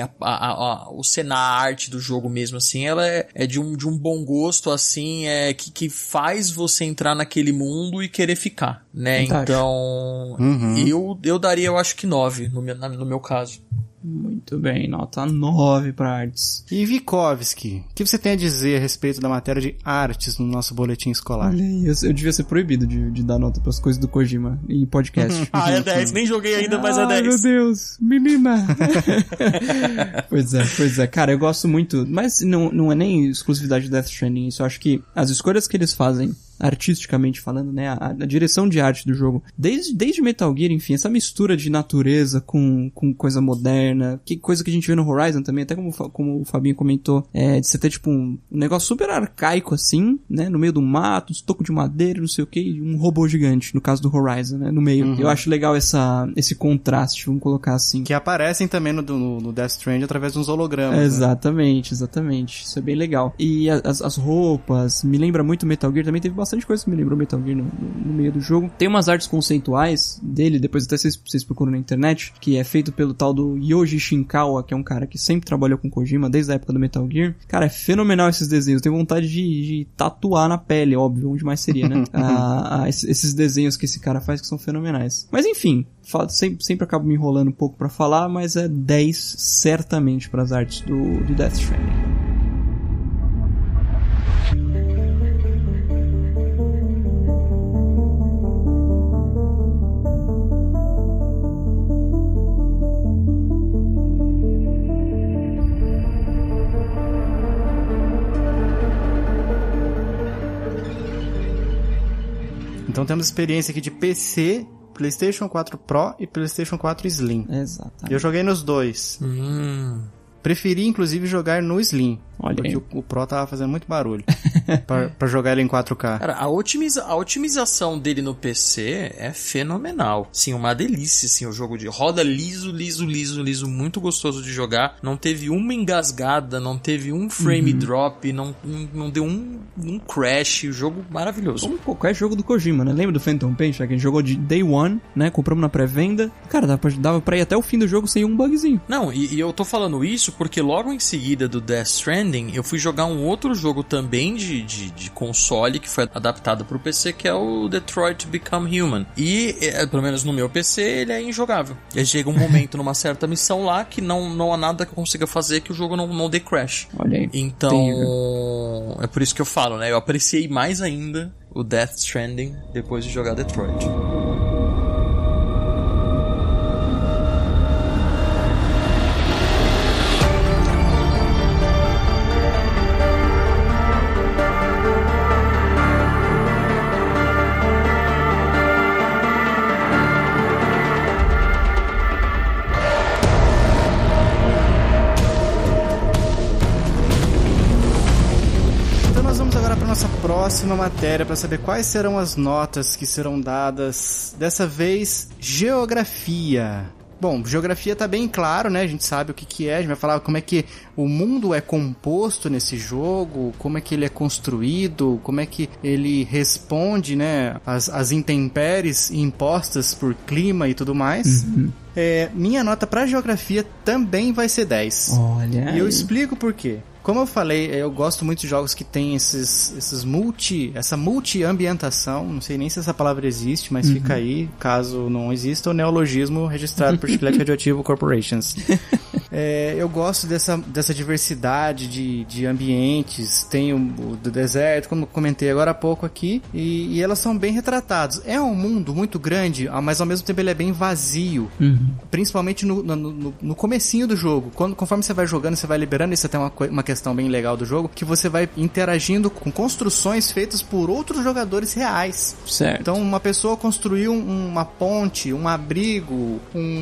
a arte do jogo mesmo, assim, ela é de um bom gosto, assim, que faz você entrar naquele mundo e querer ficar, né? Então, eu daria, eu acho que 9 no meu caso. Muito bem, nota 9 para artes. E Vikovski, o que você tem a dizer a respeito da matéria de artes no nosso boletim escolar? Olha aí, eu devia ser proibido de dar nota pras coisas do Kojima em podcast. É 10, nem joguei ainda, mas é 10. Ai, meu Deus, menina! Pois é, cara, eu gosto muito, mas não é nem exclusividade de Death Stranding, isso eu acho que as escolhas que eles fazem, artisticamente falando, né, a direção de arte do jogo, desde Metal Gear, enfim, essa mistura de natureza com coisa moderna, coisa que a gente vê no Horizon também, até como o Fabinho comentou, de você ter tipo um negócio super arcaico assim, né, no meio do mato, um estoco de madeira, não sei o que, e um robô gigante, no caso do Horizon, né, no meio. Eu acho legal esse contraste, vamos colocar assim. Que aparecem também no Death Stranding através de uns hologramas. Exatamente, isso é bem legal. E as roupas, me lembra muito Metal Gear, também teve bastante coisa que me lembrou Metal Gear no meio do jogo. Tem umas artes conceituais dele, depois até vocês procuram na internet, que é feito pelo tal do Yoji Shinkawa, que é um cara que sempre trabalhou com Kojima desde a época do Metal Gear. Cara, é fenomenal esses desenhos. Tenho vontade de tatuar na pele, óbvio, onde mais seria, né? Esses desenhos que esse cara faz que são fenomenais. Mas enfim, sempre acabo me enrolando um pouco pra falar, mas é 10 certamente pras artes do Death Stranding. Então temos experiência aqui de PC, PlayStation 4 Pro e PlayStation 4 Slim. Exatamente. Eu joguei nos dois. Preferi, inclusive, jogar no Slim. Olha porque aí. o Pro tava fazendo muito barulho pra jogar ele em 4K. Cara, a otimização dele no PC é fenomenal. Sim, uma delícia, assim, o jogo roda liso, muito gostoso de jogar. Não teve uma engasgada, não teve um frame drop, não deu um crash. O jogo maravilhoso. Como qualquer jogo do Kojima, né? Lembra do Phantom Pain, que a gente jogou de Day One, né? Compramos na pré-venda. Cara, dava pra ir até o fim do jogo sem um bugzinho. Não, e eu tô falando isso porque logo em seguida do Death Stranding, eu fui jogar um outro jogo também de console que foi adaptado pro PC, que é o Detroit Become Human. E, pelo menos no meu PC, ele é injogável. E chega um momento numa certa missão lá que não há nada que eu consiga fazer que o jogo não dê crash. Olha aí. Então, terrível. É por isso que eu falo, né? Eu apreciei mais ainda o Death Stranding depois de jogar Detroit. Próxima matéria para saber quais serão as notas que serão dadas, dessa vez, geografia. Bom, geografia tá bem claro, né? A gente sabe o que é, a gente vai falar como é que o mundo é composto nesse jogo, como é que ele é construído, como é que ele responde, né, às intempéries impostas por clima e tudo mais. Uhum. Minha nota para geografia também vai ser 10. Olha aí. E eu explico por quê. Como eu falei, eu gosto muito de jogos que tem essa multi-ambientação. Não sei nem se essa palavra existe, mas fica aí. Caso não exista, o neologismo registrado por Chiclete Radioativo Corporations. Eu gosto dessa diversidade de ambientes. Tem o do deserto, como eu comentei agora há pouco aqui. E elas são bem retratadas. É um mundo muito grande, mas ao mesmo tempo ele é bem vazio. Principalmente no comecinho do jogo. Conforme você vai jogando, você vai liberando. Isso é até uma questão bem legal do jogo, que você vai interagindo com construções feitas por outros jogadores reais. Certo. Então, uma pessoa construiu uma ponte, um abrigo,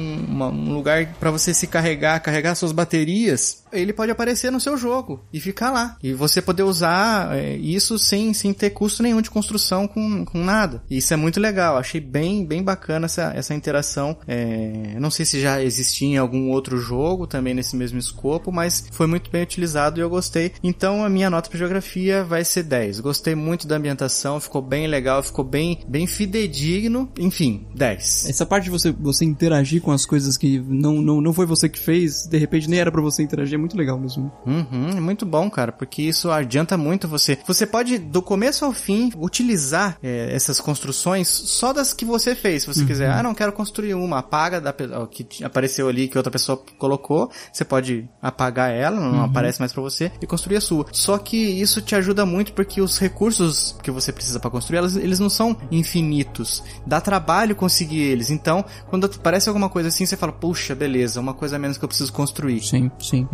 um lugar para você se carregar suas baterias. Ele pode aparecer no seu jogo e ficar lá. E você poder usar isso sem ter custo nenhum de construção com nada. E isso é muito legal. Achei bem bacana essa interação. Não sei se já existia em algum outro jogo também nesse mesmo escopo, mas foi muito bem utilizado e eu gostei. Então a minha nota para geografia vai ser 10. Gostei muito da ambientação, ficou bem legal, ficou bem fidedigno. Enfim, 10. Essa parte de você interagir com as coisas que não foi você que fez, de repente nem era pra você interagir, é muito legal mesmo. É muito bom, cara, porque isso adianta muito você. Você pode, do começo ao fim, utilizar essas construções só das que você fez, se você quiser. Não quero construir uma, apaga que apareceu ali, que outra pessoa colocou, você pode apagar ela, não aparece mais pra você, e construir a sua. Só que isso te ajuda muito porque os recursos que você precisa pra construir, eles não são infinitos. Dá trabalho conseguir eles. Então, quando aparece alguma coisa assim, você fala, puxa, beleza, uma coisa a menos que eu preciso construir. Sim.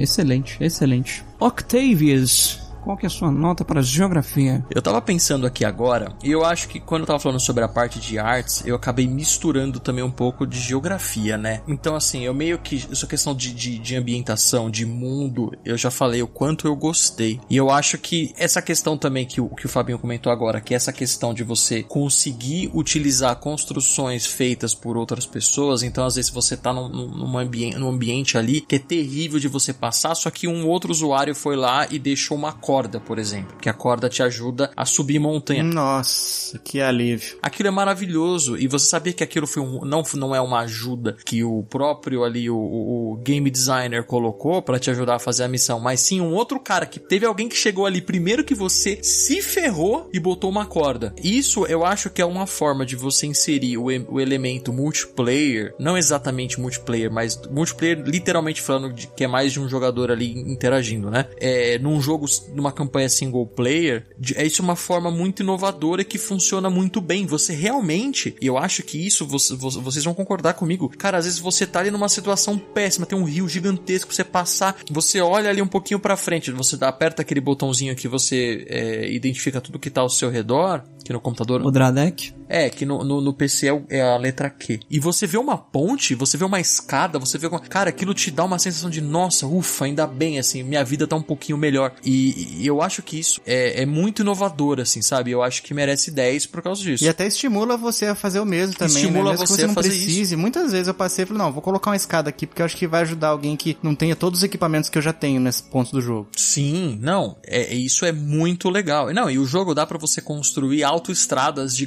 Excelente. Octavius, qual que é a sua nota para geografia? Eu tava pensando aqui agora, e eu acho que quando eu tava falando sobre a parte de artes, eu acabei misturando também um pouco de geografia, né? Então, assim, eu meio que... Essa questão de ambientação, de mundo, eu já falei o quanto eu gostei. E eu acho que essa questão também que o Fabinho comentou agora, que é essa questão de você conseguir utilizar construções feitas por outras pessoas, então às vezes você tá num ambiente ali que é terrível de você passar, só que um outro usuário foi lá e deixou uma corda, por exemplo, que a corda te ajuda a subir montanha. Nossa, que alívio. Aquilo é maravilhoso, e você sabia que aquilo foi não é uma ajuda que o próprio ali, o game designer colocou pra te ajudar a fazer a missão, mas sim um outro cara que teve alguém que chegou ali primeiro que você, se ferrou e botou uma corda. Isso eu acho que é uma forma de você inserir o elemento multiplayer, não exatamente multiplayer, mas multiplayer literalmente falando que é mais de um jogador ali interagindo, né? Num jogo, numa campanha single player, isso é uma forma muito inovadora que funciona muito bem. Você realmente, e eu acho que isso vocês vão concordar comigo, cara, às vezes você tá ali numa situação péssima, tem um rio gigantesco pra você passar, você olha ali um pouquinho pra frente, você aperta aquele botãozinho que você identifica tudo que tá ao seu redor, que no computador... O Dradek? Que no PC é a letra Q. E você vê uma ponte, você vê uma escada, você vê... Cara, aquilo te dá uma sensação de, nossa, ufa, ainda bem, assim, minha vida tá um pouquinho melhor. E eu acho que isso é muito inovador, assim, sabe? Eu acho que merece 10 por causa disso. E até estimula você a fazer o mesmo também, estimula, né? Mesmo você que você não a fazer precise. isso. Muitas vezes eu passei e falei, não, vou colocar uma escada aqui, porque eu acho que vai ajudar alguém que não tenha todos os equipamentos que eu já tenho nesse ponto do jogo. Sim, não, isso é muito legal. Não, e o jogo dá pra você construir autoestradas gigantescas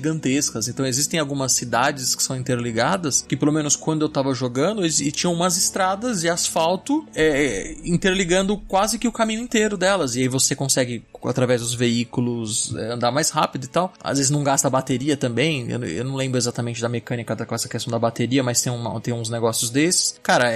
gigantescas. Então existem algumas cidades que são interligadas, que pelo menos quando eu tava jogando, e tinham umas estradas de asfalto interligando quase que o caminho inteiro delas. E aí você consegue, através dos veículos, andar mais rápido e tal. Às vezes não gasta bateria também. Eu não lembro exatamente da mecânica com essa questão da bateria, mas tem uns negócios desses. Cara,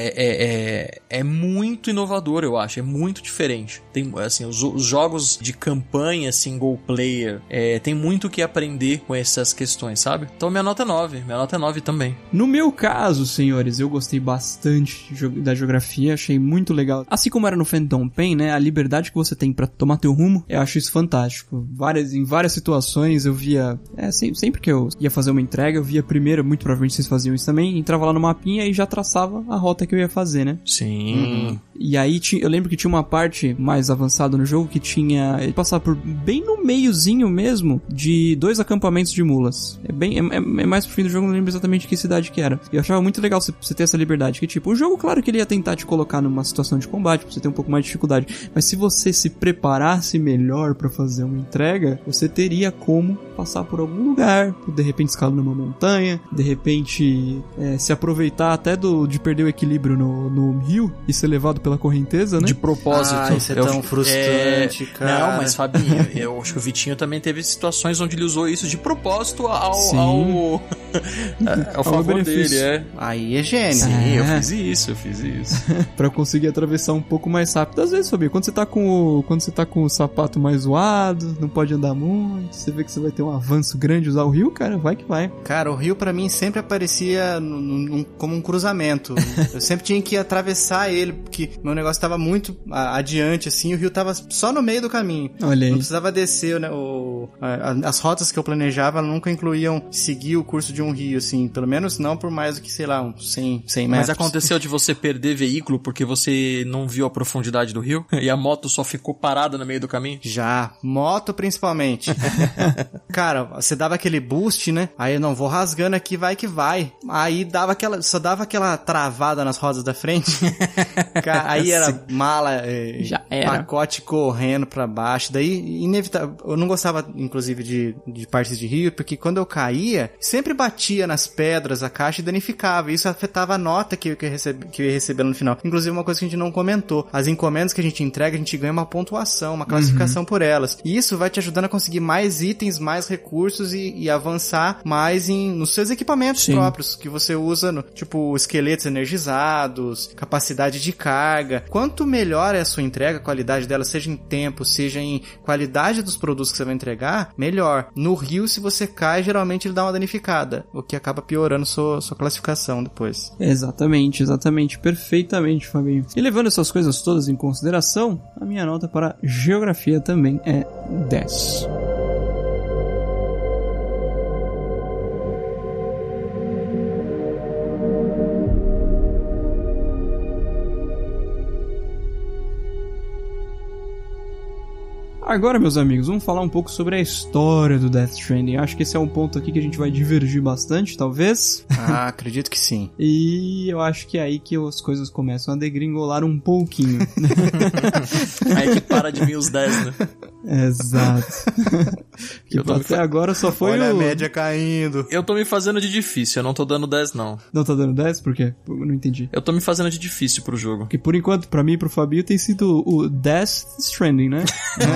é muito inovador, eu acho. É muito diferente. Tem, assim, os jogos de campanha, single player, tem muito o que aprender com essas questões, sabe? Então minha nota é 9. Minha nota é 9 também. No meu caso, senhores, eu gostei bastante da geografia, achei muito legal. Assim como era no Phantom Pain, né, a liberdade que você tem pra tomar teu rumo, eu acho isso fantástico. Em várias situações eu via, sempre que eu ia fazer uma entrega, eu via primeiro, muito provavelmente vocês faziam isso também, entrava lá no mapinha e já traçava a rota que eu ia fazer, né? Sim. E aí eu lembro que tinha uma parte mais avançada no jogo que ele passava por bem no meiozinho mesmo de 2 acampamentos de mulas. É mais pro fim do jogo, não lembro exatamente que cidade que era. E eu achava muito legal você ter essa liberdade, que tipo, o jogo, claro que ele ia tentar te colocar numa situação de combate, pra você ter um pouco mais de dificuldade, mas se você se preparasse melhor pra fazer uma entrega, você teria como passar por algum lugar, de repente escalando uma montanha, de repente se aproveitar até de perder o equilíbrio no rio e ser levado pela correnteza, né? De propósito. Isso é tão frustrante, cara. Não, mas Fabinho, eu acho que o Vitinho também teve situações onde ele usou isso de propósito ao favor benefício dele, Aí é gênio. Sim, eu fiz isso. Pra conseguir atravessar um pouco mais rápido. Às vezes, Fabinho, quando você tá com o sapato mais zoado, não pode andar muito, você vê que você vai ter um avanço grande usar o rio, cara, vai que vai. Cara, o rio pra mim sempre aparecia como um cruzamento. Eu sempre tinha que atravessar ele, porque meu negócio tava muito adiante, assim, o rio tava só no meio do caminho. Olha aí. Não precisava descer, né? As rotas que eu planejava nunca incluíam seguir o curso de um rio, assim, pelo menos não por mais do que, sei lá, uns 100 metros. Mas aconteceu de você perder veículo porque você não viu a profundidade do rio e a moto só ficou parada no meio do caminho? Já, moto principalmente. Cara, você dava aquele boost, né? Aí eu não vou rasgando aqui, vai que vai. Aí só dava aquela travada nas rodas da frente. Cara, aí era mala, já era. Pacote correndo pra baixo. Daí, inevitável. Eu não gostava, inclusive, de partes de rio, porque quando eu caía, sempre batia nas pedras a caixa e danificava. Isso afetava a nota que eu ia receber no final. Inclusive, uma coisa que a gente não comentou. As encomendas que a gente entrega, a gente ganha uma pontuação, uma classificação por elas. E isso vai te ajudando a conseguir mais itens, mais recursos e avançar mais nos seus equipamentos próprios, que você usa, tipo, esqueletos energizados, capacidade de carga. Quanto melhor é a sua entrega, a qualidade dela, seja em tempo, seja em qualidade dos produtos que você vai entregar, melhor. No rio, se você cai, geralmente ele dá uma danificada, o que acaba piorando sua classificação depois. Exatamente, perfeitamente, Fabinho. E levando essas coisas todas em consideração, a minha nota para geografia também é 10. Agora, meus amigos, vamos falar um pouco sobre a história do Death Stranding. Acho que esse é um ponto aqui que a gente vai divergir bastante, talvez. Acredito que sim. E eu acho que é aí que as coisas começam a degringolar um pouquinho. Aí que para de vir os 10, né? Exato. Que até agora só foi Olha a média caindo. Eu tô me fazendo de difícil, eu não tô dando 10, não. Não tá dando 10? Por quê? Eu não entendi. Eu tô me fazendo de difícil pro jogo. Porque por enquanto, pra mim e pro Fabio, tem sido o Death Stranding, né?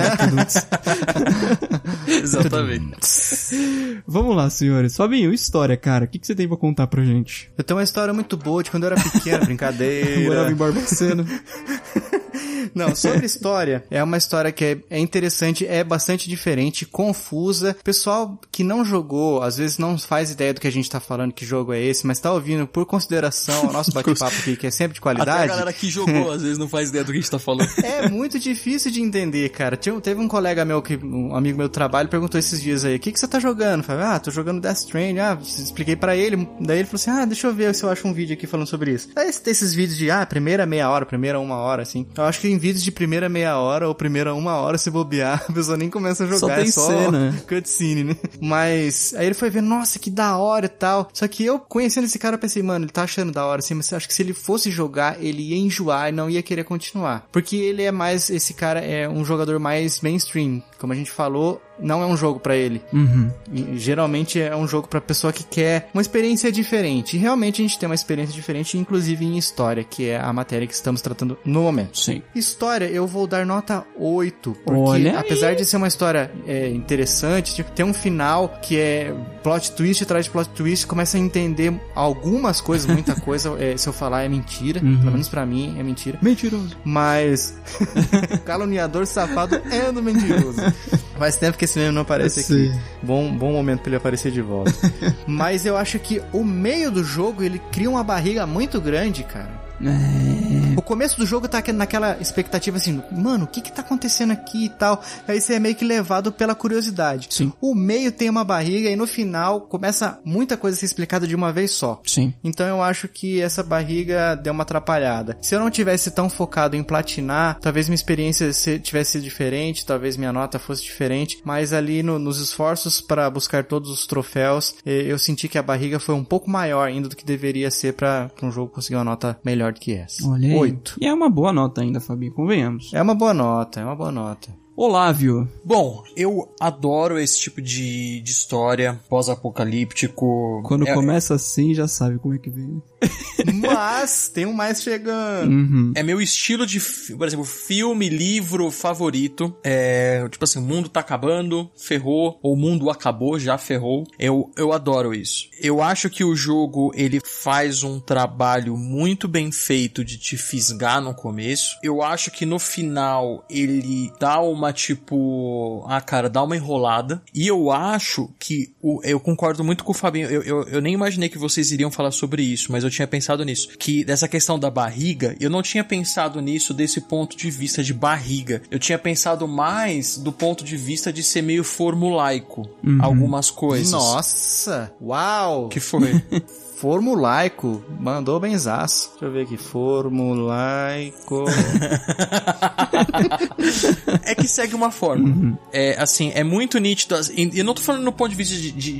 Exatamente. Vamos lá, senhores. Fabinho, história, cara. O que você tem pra contar pra gente? Eu tenho uma história muito boa de quando eu era pequeno, brincadeira. Morava em Barbacena. Não, sobre história, é uma história que é interessante, é bastante diferente, confusa. Pessoal que não jogou, às vezes não faz ideia do que a gente tá falando, que jogo é esse, mas tá ouvindo por consideração o nosso bate-papo aqui, que é sempre de qualidade. Até a galera que jogou, às vezes não faz ideia do que a gente tá falando. É muito difícil de entender, cara. Teve um colega meu, um amigo meu do trabalho, perguntou esses dias aí, o que você tá jogando? Eu falei, tô jogando Death Stranding. Expliquei pra ele, daí ele falou assim, deixa eu ver se eu acho um vídeo aqui falando sobre isso. Aí tem esses vídeos de, primeira meia hora, primeira uma hora, assim. Eu acho que em vídeos de primeira meia hora ou primeira uma hora, se bobear, a pessoa nem começa a jogar, só tem cena. Cutscene, né? Mas aí ele foi ver, nossa, que da hora e tal. Só que eu, conhecendo esse cara, eu pensei, mano, ele tá achando da hora, assim, mas eu acho que se ele fosse jogar, ele ia enjoar e não ia querer continuar. Porque ele esse cara é um jogador mais mainstream. Como a gente falou, não é um jogo pra ele. E, geralmente é um jogo pra pessoa que quer uma experiência diferente. E realmente a gente tem uma experiência diferente, inclusive em história, que é a matéria que estamos tratando no momento. Sim. História, eu vou dar nota 8, porque Olha aí. apesar de ser uma história interessante, tipo, tem um final que é plot twist atrás de plot twist, começa a entender algumas coisas, muita coisa, se eu falar é mentira, pelo menos pra mim é mentira. Mentiroso. Mas caluniador safado é do mentiroso. Faz tempo que esse meme não aparece aqui. Bom momento pra ele aparecer de volta. Mas eu acho que o meio do jogo, ele cria uma barriga muito grande, cara. O começo do jogo tá naquela expectativa assim, mano, o que tá acontecendo aqui e tal. Aí você é meio que levado pela curiosidade. Sim. O meio tem uma barriga e no final começa muita coisa a ser explicada de uma vez só. Sim. Então eu acho que essa barriga deu uma atrapalhada. Se eu não tivesse tão focado em platinar, talvez minha experiência tivesse sido diferente, talvez minha nota fosse diferente, mas ali nos esforços para buscar todos os troféus, eu senti que a barriga foi um pouco maior ainda do que deveria ser para um jogo conseguir uma nota melhor do que essa. Olha aí. 8. E é uma boa nota ainda, Fabinho, convenhamos. É uma boa nota, é uma boa nota. Olávio. Bom, eu adoro esse tipo de história pós-apocalíptico. Quando começa assim, já sabe como é que vem. Mas tem um mais chegando. É meu estilo de, por exemplo, filme, livro favorito. Tipo assim, o mundo tá acabando, ferrou, ou o mundo acabou, já ferrou. Eu adoro isso. Eu acho que o jogo, ele faz um trabalho muito bem feito de te fisgar no começo. Eu acho que no final, ele dá uma tipo... dá uma enrolada. E eu acho que... eu concordo muito com o Fabinho. Eu nem imaginei que vocês iriam falar sobre isso, mas eu tinha pensado nisso. Que dessa questão da barriga, eu não tinha pensado nisso desse ponto de vista de barriga. Eu tinha pensado mais do ponto de vista de ser meio formulaico. Algumas coisas. Nossa! Uau! Que foi? Formulaico, mandou benzaço. Deixa eu ver aqui, formulaico. É que segue uma forma. É muito nítido. E eu não tô falando no ponto de vista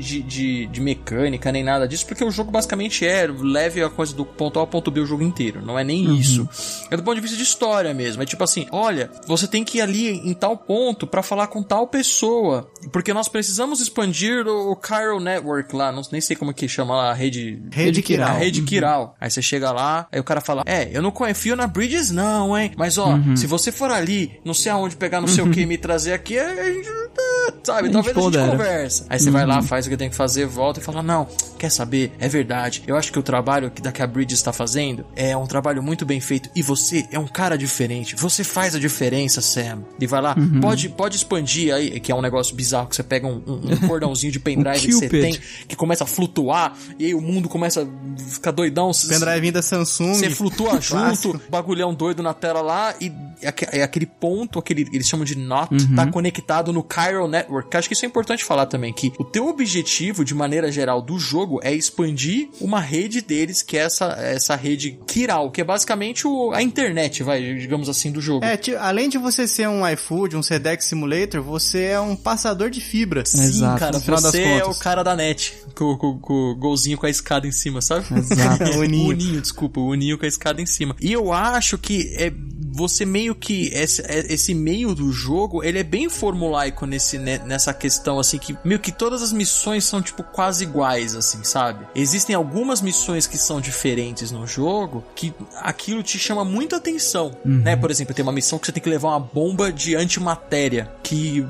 de mecânica, nem nada disso, porque o jogo basicamente leve a coisa do ponto A ao ponto B o jogo inteiro. Não é nem isso. É do ponto de vista de história mesmo. É tipo assim, olha, você tem que ir ali em tal ponto pra falar com tal pessoa, porque nós precisamos expandir o Chiral Network lá, nem sei como que chama lá, a rede Kiral. A rede Kiral. Aí você chega lá, aí o cara fala, eu não confio na Bridges não, hein? Mas ó, se você for ali, não sei aonde pegar não sei o que e me trazer aqui, a gente... Sabe, talvez a gente conversa. Aí você vai lá, faz o que tem que fazer, volta e fala, não, quer saber? É verdade. Eu acho que o trabalho que a Bridges está fazendo é um trabalho muito bem feito e você é um cara diferente. Você faz a diferença, Sam. E vai lá, pode expandir aí, que é um negócio bizarro, que você pega um cordãozinho de pendrive que você tem, que começa a flutuar, e aí o mundo começa a ficar doidão. Pendrive da Samsung. Você flutua junto, bagulhão doido na tela lá, e aquele ponto, eles chamam de NOT, tá conectado no Chiral Network. Acho que isso é importante falar também, que o teu objetivo, de maneira geral, do jogo é expandir uma rede deles, que é essa rede Kiral, que é basicamente a internet, digamos assim, do jogo. Além de você ser um iFood, um Sedex Simulator, você é um passador de fibras. Exato. Sim, cara, você é o cara da net, com o golzinho com a escada em cima, sabe? Exato. O uninho com a escada em cima. E eu acho que você meio que... Esse meio do jogo, ele é bem formulaico nessa questão, assim, que meio que todas as missões são, tipo, quase iguais, assim, sabe? Existem algumas missões que são diferentes no jogo, que aquilo te chama muita atenção, né? Por exemplo, tem uma missão que você tem que levar uma bomba de antimatéria, que,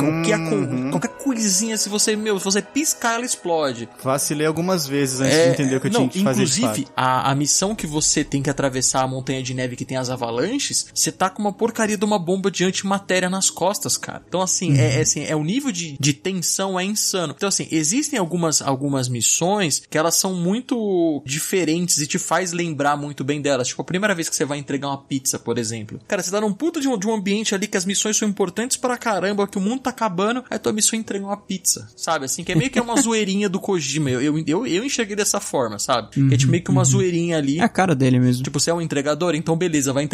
qualquer coisinha, se você piscar, ela explode. Vacilei algumas vezes antes de entender o que eu tinha que fazer. Inclusive, a missão que você tem que atravessar a montanha de neve que tem as avalanches, você tá com uma porcaria de uma bomba de antimatéria nas costas, cara. Então, assim, o nível de tensão é insano. Então, assim, existem algumas missões que elas são muito diferentes e te faz lembrar muito bem delas. Tipo, a primeira vez que você vai entregar uma pizza, por exemplo. Cara, você tá num puto de um ambiente ali que as missões são importantes pra caramba, que o mundo tá acabando, aí tua missão é entregar uma pizza, sabe? Assim, que é meio que uma zoeirinha do Kojima. Eu enxerguei dessa forma, sabe? Que é tipo meio que uma zoeirinha ali. É a cara dele mesmo. Tipo, você é um entregador, então beleza, vai entregar a pizza.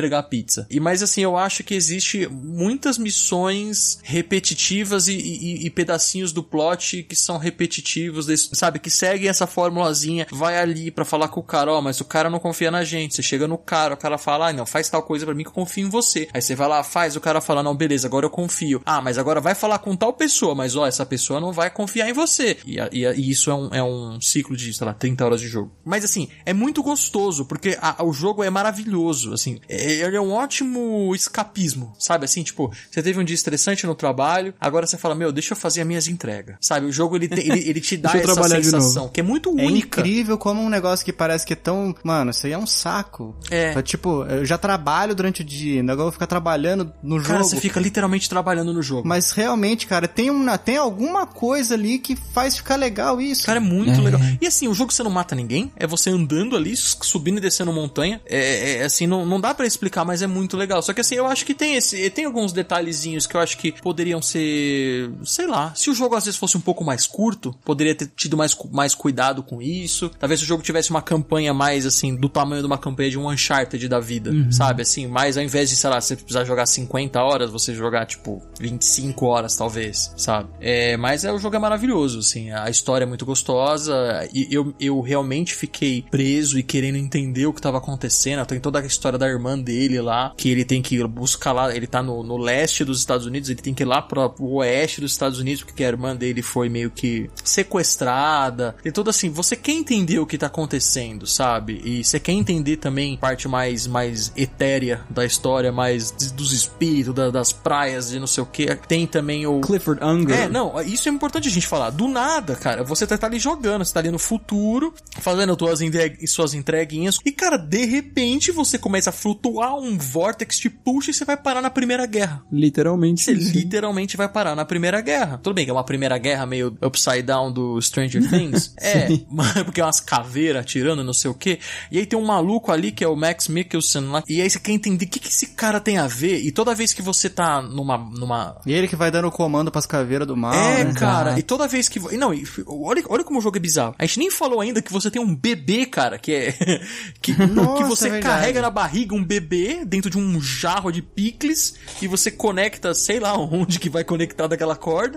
pizza. Mas assim, eu acho que existe muitas missões repetitivas e pedacinhos do plot que são repetitivos, sabe? Que seguem essa formulazinha, vai ali pra falar com o cara, mas o cara não confia na gente. Você chega no cara, o cara fala, não, faz tal coisa pra mim que eu confio em você. Aí você vai lá, faz, o cara fala, não, beleza, agora eu confio. Mas agora vai falar com tal pessoa, mas essa pessoa não vai confiar em você. E isso é um ciclo de, sei lá, 30 horas de jogo. Mas assim, é muito gostoso, porque o jogo é maravilhoso, assim. Ele é um ótimo escapismo, sabe? Assim, tipo, você teve um dia estressante no trabalho, agora você fala, deixa eu fazer as minhas entregas, sabe? O jogo, ele te dá essa sensação, que é muito única. É incrível como um negócio que parece que é tão... Mano, isso aí é um saco. Tipo, eu já trabalho durante o dia, agora eu vou ficar trabalhando no jogo. Cara, você fica literalmente trabalhando no jogo. Mas realmente, cara, tem alguma coisa ali que faz ficar legal isso. Cara, é muito legal. E assim, o jogo você não mata ninguém, é você andando ali, subindo e descendo montanha. Assim, não dá pra explicar, mas é muito legal. Só que assim, eu acho que tem alguns detalhezinhos que eu acho que poderiam ser, sei lá, se o jogo às vezes fosse um pouco mais curto, poderia ter tido mais cuidado com isso. Talvez se o jogo tivesse uma campanha mais, assim, do tamanho de uma campanha de um Uncharted da vida, sabe? Assim, mas ao invés de, sei lá, você precisar jogar 50 horas, você jogar, tipo, 25 horas, talvez, sabe? Mas o jogo é maravilhoso, assim, a história é muito gostosa, e eu realmente fiquei preso e querendo entender o que tava acontecendo. Tem toda a história da irmã dele lá, que ele tem que buscar lá, ele tá no leste dos Estados Unidos, ele tem que ir lá pro oeste dos Estados Unidos, porque a irmã dele foi meio que sequestrada. E tudo assim, você quer entender o que tá acontecendo, sabe? E você quer entender também a parte mais etérea da história, mais dos espíritos, das praias, de não sei o que. Tem também o... Clifford Unger. Não, isso é importante a gente falar. Do nada, cara, você tá ali jogando, você tá ali no futuro, fazendo suas entreguinhas, e, cara, de repente você começa a flutuar, um vórtex te puxa e você vai parar na Primeira Guerra. Literalmente. Você literalmente vai parar na Primeira Guerra. Tudo bem que é uma Primeira Guerra meio upside down do Stranger Things. Porque é umas caveiras atirando, não sei o que. E aí tem um maluco ali que é o Max Mikkelsen lá. E aí você quer entender o que esse cara tem a ver. E toda vez que você tá numa... E ele que vai dando o comando pras caveiras do mal. Cara. Exato. E toda vez que... Não, olha como o jogo é bizarro. A gente nem falou ainda que você tem um bebê, cara, que é... que você carrega na barriga um bebê dentro de um jarro de picles e você conecta, sei lá onde que vai conectar daquela corda.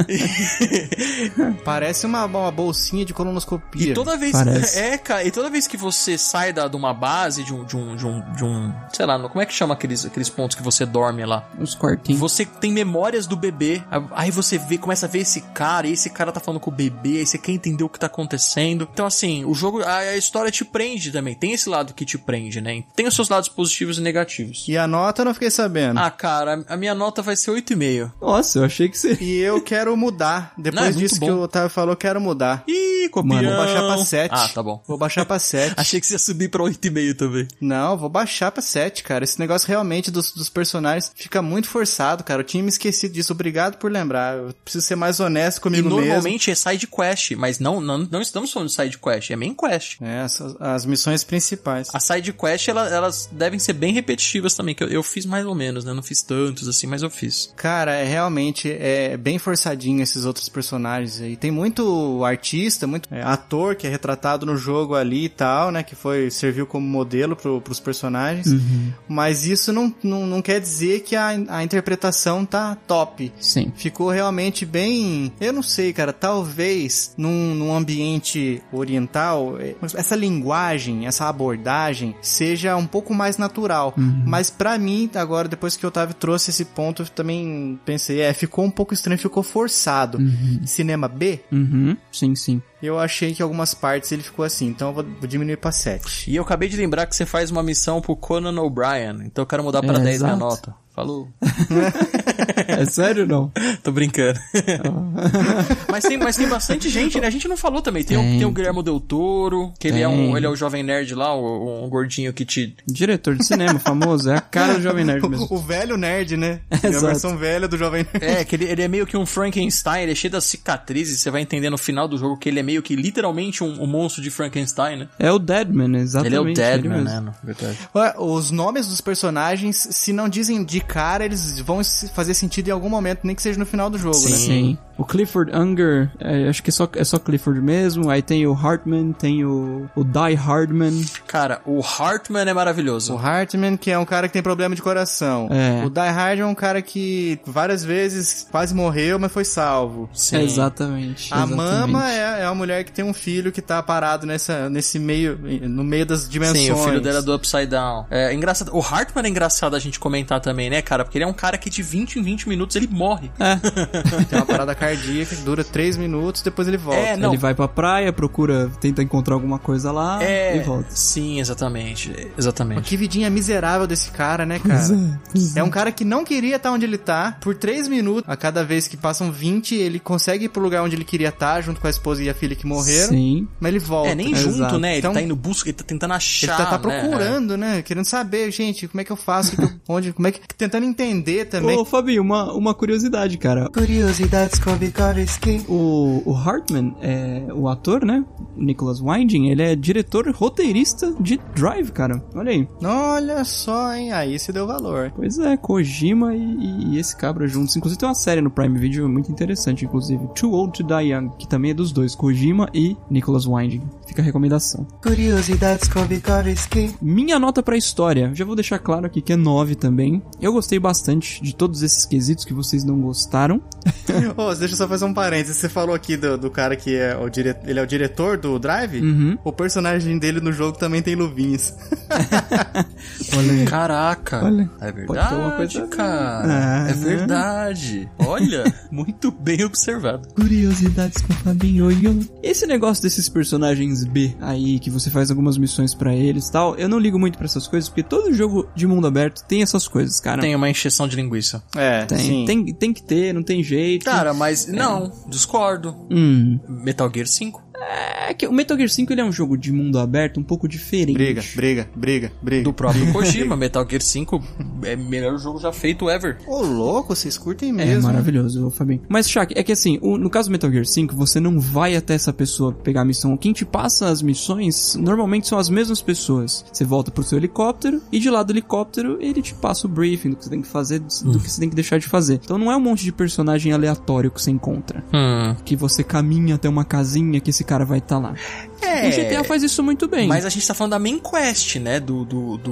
Parece uma bolsinha de colonoscopia. E toda vez... Parece. Cara, e toda vez que você sai de uma base, de um... Sei lá, como é que chama aqueles pontos que você dorme lá? Os quartinhos. Você tem memórias do bebê, aí você começa a ver esse cara, e esse cara tá falando com o bebê, aí você quer entender o que tá acontecendo. Então, assim, o jogo, a história te prende também. Tem esse lado que te prende, né? Tem os seus lados positivos e negativos. E a nota eu não fiquei sabendo. Cara, a minha nota vai ser 8,5. Nossa, eu achei que você... E eu quero mudar. Depois disso que o Otávio falou, eu quero mudar. Ih, copião. Mano, vou baixar pra 7. Tá bom. Vou baixar pra 7. Achei que você ia subir pra 8,5 também. Não, vou baixar pra 7, cara. Esse negócio realmente dos personagens fica muito forçado, cara. Eu tinha me esquecido disso. Obrigado por lembrar. Eu preciso ser mais honesto comigo mesmo. E normalmente é side quest, mas não estamos falando de side quest, é main quest. As missões principais. A side quest, elas devem ser bem repetitivas também, que eu fiz mais ou menos, né? Não fiz tantos assim, mas eu fiz. Cara, realmente é bem forçadinho esses outros personagens aí. Tem muito artista, muito ator que é retratado no jogo ali e tal, né? Que serviu como modelo pros personagens. Mas isso não quer dizer que a interpretação tá top. Sim. Ficou realmente bem... Eu não sei, cara. Talvez num ambiente oriental, essa linguagem, essa abordagem seja um pouco mais natural. Mas pra mim, agora, depois que o Otávio trouxe esse ponto, eu também pensei, ficou um pouco estranho, ficou forçado. Cinema B? Sim. Eu achei que algumas partes ele ficou assim, então eu vou diminuir pra 7. E eu acabei de lembrar que você faz uma missão pro Conan O'Brien, então eu quero mudar pra 10 minha nota. Falou. É sério ou não? Tô brincando. Mas tem bastante gente, né? A gente não falou também. Tem o Guillermo Del Toro, que ele é o jovem nerd lá, um gordinho que te... Diretor de cinema, famoso. É a cara do jovem nerd mesmo. O velho nerd, né? Exato. É a versão velha do jovem nerd. Que ele é meio que um Frankenstein, ele é cheio das cicatrizes, você vai entender no final do jogo que ele é meio que literalmente um monstro de Frankenstein, né? É o Deadman, exatamente. Ele é o Deadman, né? Verdade. Os nomes dos personagens, se não dizem de cara, eles vão fazer sentido em algum momento, nem que seja no final do jogo, né? Sim. O Clifford Unger, acho que é só Clifford mesmo. Aí tem o Hartman, tem o Die Hardman. Cara, o Hartman é maravilhoso. O Hartman, que é um cara que tem problema de coração. É. O Die Hard é um cara que várias vezes quase morreu, mas foi salvo. Sim. Exatamente. A exatamente. Mama é uma mulher que tem um filho que tá parado nesse meio, no meio das dimensões. Sim, o filho dela é do Upside Down. É engraçado. O Hartman é engraçado a gente comentar também, né, cara? Porque ele é um cara que de 20 em 20 minutos ele morre. Tem uma parada cardíaca que dura 3 minutos, depois ele volta. É, não. Ele vai pra praia, tenta encontrar alguma coisa lá e volta. Sim, exatamente. Exatamente. Que vidinha miserável desse cara, né, cara? É um cara que não queria estar onde ele tá. Por 3 minutos, a cada vez que passam 20, ele consegue ir pro lugar onde ele queria estar, junto com a esposa e a filha que morreram. Sim. Mas ele volta. Nem Exato. junto, né? Então, ele tá indo busca, ele tá tentando achar. Ele tá procurando, né? Querendo saber, gente, como é que eu faço, como é que... Tentando entender também. Ô, Fabinho, uma curiosidade, cara. Curiosidades com Vicorsky. O Hartman, o ator, né? O Nicholas Winding, ele é diretor roteirista de Drive, cara. Olha aí. Olha só, hein? Aí se deu valor. Pois é, Kojima e esse cabra juntos. Inclusive tem uma série no Prime Video muito interessante, inclusive. Too Old to Die Young, que também é dos dois, Kojima e Nicholas Winding. Fica a recomendação. Curiosidades com Vicorsky. Minha nota pra história, já vou deixar claro aqui que é 9 também. Eu gostei bastante de todos esses quesitos que vocês não gostaram. Ô, deixa eu só fazer um parênteses. Você falou aqui do cara que é ele é o diretor do Drive? Uhum. O personagem dele no jogo também tem luvinhas. Olha aí. Caraca. Olha, É pode ter uma verdade, coisa cara. a ver. É verdade. Olha, muito bem observado. Curiosidades com Fabinho. Esse negócio desses personagens B aí, que você faz algumas missões pra eles e tal, eu não ligo muito pra essas coisas, porque todo jogo de mundo aberto tem essas coisas, cara. Tem uma encheção de linguiça. É, sim. Tem que ter, não tem jeito. Cara, mas não, discordo. Metal Gear 5. É que o Metal Gear 5 ele é um jogo de mundo aberto um pouco diferente. Briga. Do próprio Kojima. Metal Gear 5 é o melhor jogo já feito ever. Ô, louco, vocês curtem É mesmo. maravilhoso, Fabinho. Mas, Shaq, é que assim, no caso do Metal Gear 5, você não vai até essa pessoa pegar a missão. Quem te passa as missões, normalmente são as mesmas pessoas. Você volta pro seu helicóptero, e de lá do helicóptero, ele te passa o briefing do que você tem que fazer, do que você tem que deixar de fazer. Então não é um monte de personagem aleatório que você encontra. Que você caminha até uma casinha que esse cara vai estar lá. O GTA faz isso muito bem. Mas a gente tá falando da main quest, né, do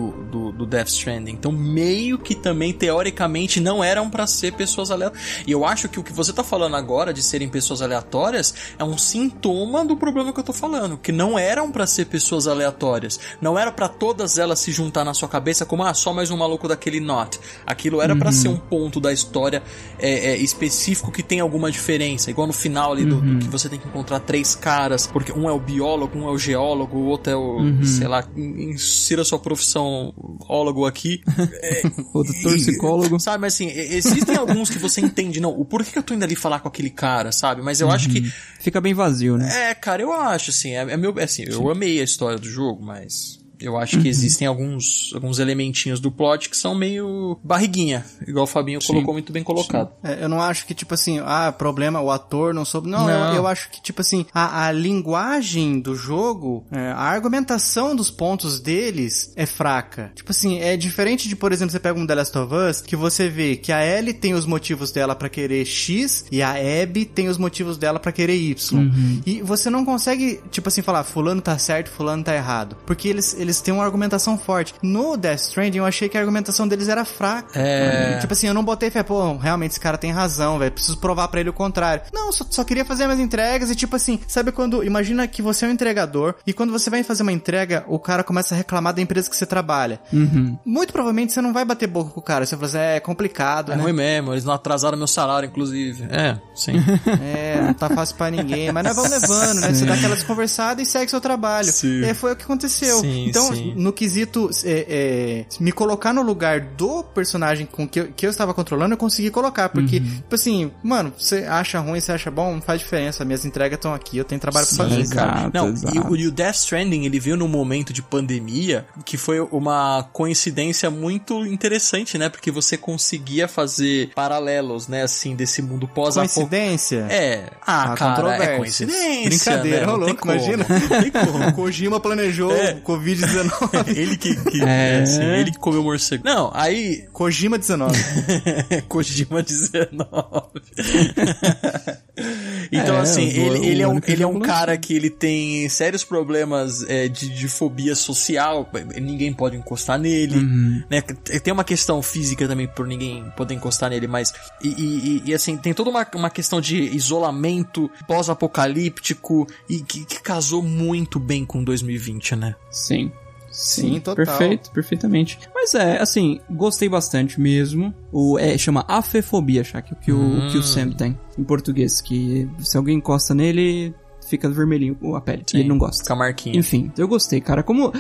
Death Stranding. Então meio que também, teoricamente, não eram pra ser pessoas aleatórias. E eu acho que o que você tá falando agora de serem pessoas aleatórias é um sintoma do problema que eu tô falando. Que não eram pra ser pessoas aleatórias. Não era pra todas elas se juntar na sua cabeça como, só mais um maluco daquele Not. Aquilo era pra ser um ponto da história específico que tem alguma diferença. Igual no final ali do que você tem que encontrar 3 caras, porque um é o biólogo, um é o geólogo, o outro é o, sei lá, insira sua profissão ólogo aqui. Outro toxicólogo. Sabe, mas assim, existem alguns que você entende, não, o porquê que eu tô indo ali falar com aquele cara, sabe? Mas eu acho que... Fica bem vazio, né? Cara, eu acho, assim, assim, eu amei a história do jogo, mas... Eu acho que existem alguns elementinhos do plot que são meio barriguinha, igual o Fabinho colocou muito bem colocado. Eu não acho que, tipo assim, problema, o ator não soube. Não. Eu acho que, tipo assim, a linguagem do jogo, a argumentação dos pontos deles é fraca. Tipo assim, é diferente de, por exemplo, você pega um The Last of Us, que você vê que a Ellie tem os motivos dela pra querer X e a Abby tem os motivos dela pra querer Y. E você não consegue, tipo assim, falar, fulano tá certo, fulano tá errado. Porque eles têm uma argumentação forte. No Death Stranding, eu achei que a argumentação deles era fraca. Tipo assim, eu não botei fé, realmente esse cara tem razão, velho, preciso provar pra ele o contrário. Não, só queria fazer minhas entregas e tipo assim, sabe quando, imagina que você é um entregador e quando você vai fazer uma entrega, o cara começa a reclamar da empresa que você trabalha. Muito provavelmente você não vai bater boca com o cara, você vai falar assim, é complicado, né? É ruim mesmo, eles não atrasaram meu salário, inclusive. Sim. Não tá fácil pra ninguém, mas nós vamos levando, né? Você dá aquela desconversada e segue seu trabalho. Sim. E foi o que aconteceu. Sim, então, sim. no quesito me colocar no lugar do personagem com que eu estava controlando, eu consegui colocar, porque, tipo assim, mano, você acha ruim, você acha bom, não faz diferença, minhas entregas estão aqui, eu tenho trabalho pra fazer. Exato, Não, exato. E o Death Stranding, ele veio num momento de pandemia que foi uma coincidência muito interessante, né? Porque você conseguia fazer paralelos, né, assim, desse mundo pós-apocalipse. Coincidência? Cara, é coincidência. Brincadeira, né? ô louco, imagina. Não tem como. O Kojima planejou o Covid-19 19. Ele que assim, ele que comeu morcego. Não, aí... Kojima 19. Kojima 19. Então, assim, ele é um cara que ele tem sérios problemas de fobia social, ninguém pode encostar nele, né? Tem uma questão física também por ninguém poder encostar nele, mas e assim, tem toda uma questão de isolamento pós-apocalíptico e que casou muito bem com 2020, né? Sim, total. Perfeito, perfeitamente. Mas assim, gostei bastante mesmo. Chama afefobia, Shaq, que o Sam tem em português, que se alguém encosta nele, fica vermelhinho a pele. Sim, e ele não gosta. Com a marquinha. Enfim, eu gostei, cara. Como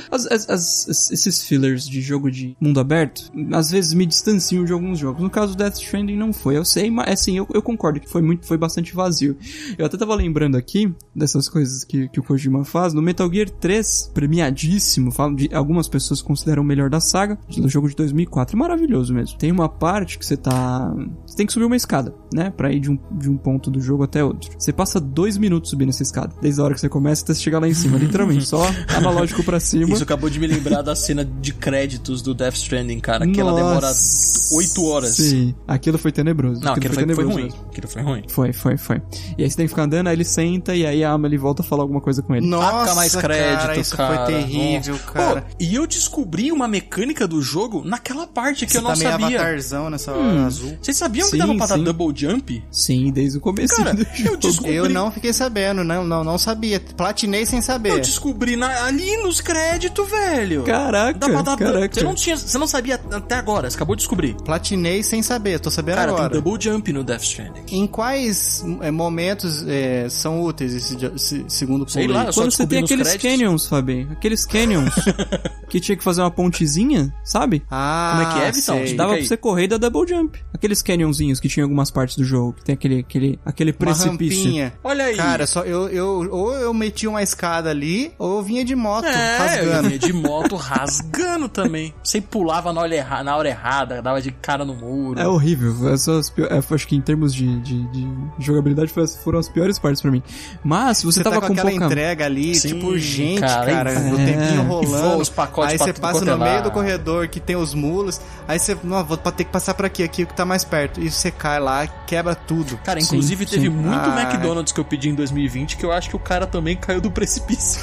esses fillers de jogo de mundo aberto, às vezes me distanciam de alguns jogos. No caso do Death Stranding não foi. Eu sei, mas assim, eu concordo que foi bastante vazio. Eu até tava lembrando aqui dessas coisas que o Kojima faz. No Metal Gear 3, premiadíssimo, algumas pessoas consideram o melhor da saga, do jogo de 2004. É maravilhoso mesmo. Tem uma parte que você tem que subir uma escada, né? Pra ir de um ponto do jogo até outro. Você passa 2 minutos subindo essa escada. Desde a hora que você começa até você chegar lá em cima, literalmente, só analógico pra cima. Isso acabou de me lembrar da cena de créditos do Death Stranding, cara, que ela demora 8 horas. Sim, aquilo foi tenebroso. Não, aquilo foi ruim. Mesmo. Aquilo foi ruim. Foi. E aí você tem que ficar andando, aí ele senta e aí a Amelie volta a falar alguma coisa com ele. Nossa, mais crédito, cara, isso foi terrível, cara. Pô, e eu descobri uma mecânica do jogo naquela parte que eu não sabia. Você tá meio sabia. Avatarzão nessa hora azul. Vocês sabiam que dava pra dar double jump? Sim, desde o começo. Cara, do jogo. eu descobri. Eu não fiquei sabendo, não sabia. Platinei sem saber. Eu descobri ali nos créditos, velho. Caraca, caraca. Você não sabia até agora, você acabou de descobrir. Platinei sem saber, tô sabendo cara, agora. Tem double jump no Death Stranding. Em quais momentos são úteis esse segundo pulo? Sei lá, eu só quando você tem descobri aqueles canyons, Fabinho, aqueles canyons que tinha que fazer uma pontezinha, sabe? Como é que é, Vitão? Sei. Dava pra você correr e dar double jump. Aqueles canyonzinhos que tinha em algumas partes do jogo, que tem aquele precipício. Rampinha. Olha aí. Cara, ou eu meti uma escada ali, ou eu vinha de moto rasgando. Eu vinha de moto rasgando também. Você pulava na hora errada, dava de cara no muro. É horrível. Acho que em termos de jogabilidade foram as piores partes pra mim. Mas você tava tá com aquela pouca... entrega ali, Sim, tipo, urgente, cara, o tempinho rolando. Os pacotes aí você passa no lá. meio do corredor que tem os mulos. Aí você, não, vou ter que passar por aqui o que tá mais perto. E você cai lá, quebra tudo. Cara, inclusive teve muito Ah. McDonald's que eu pedi em 2020 que eu acho que o cara também caiu do precipício.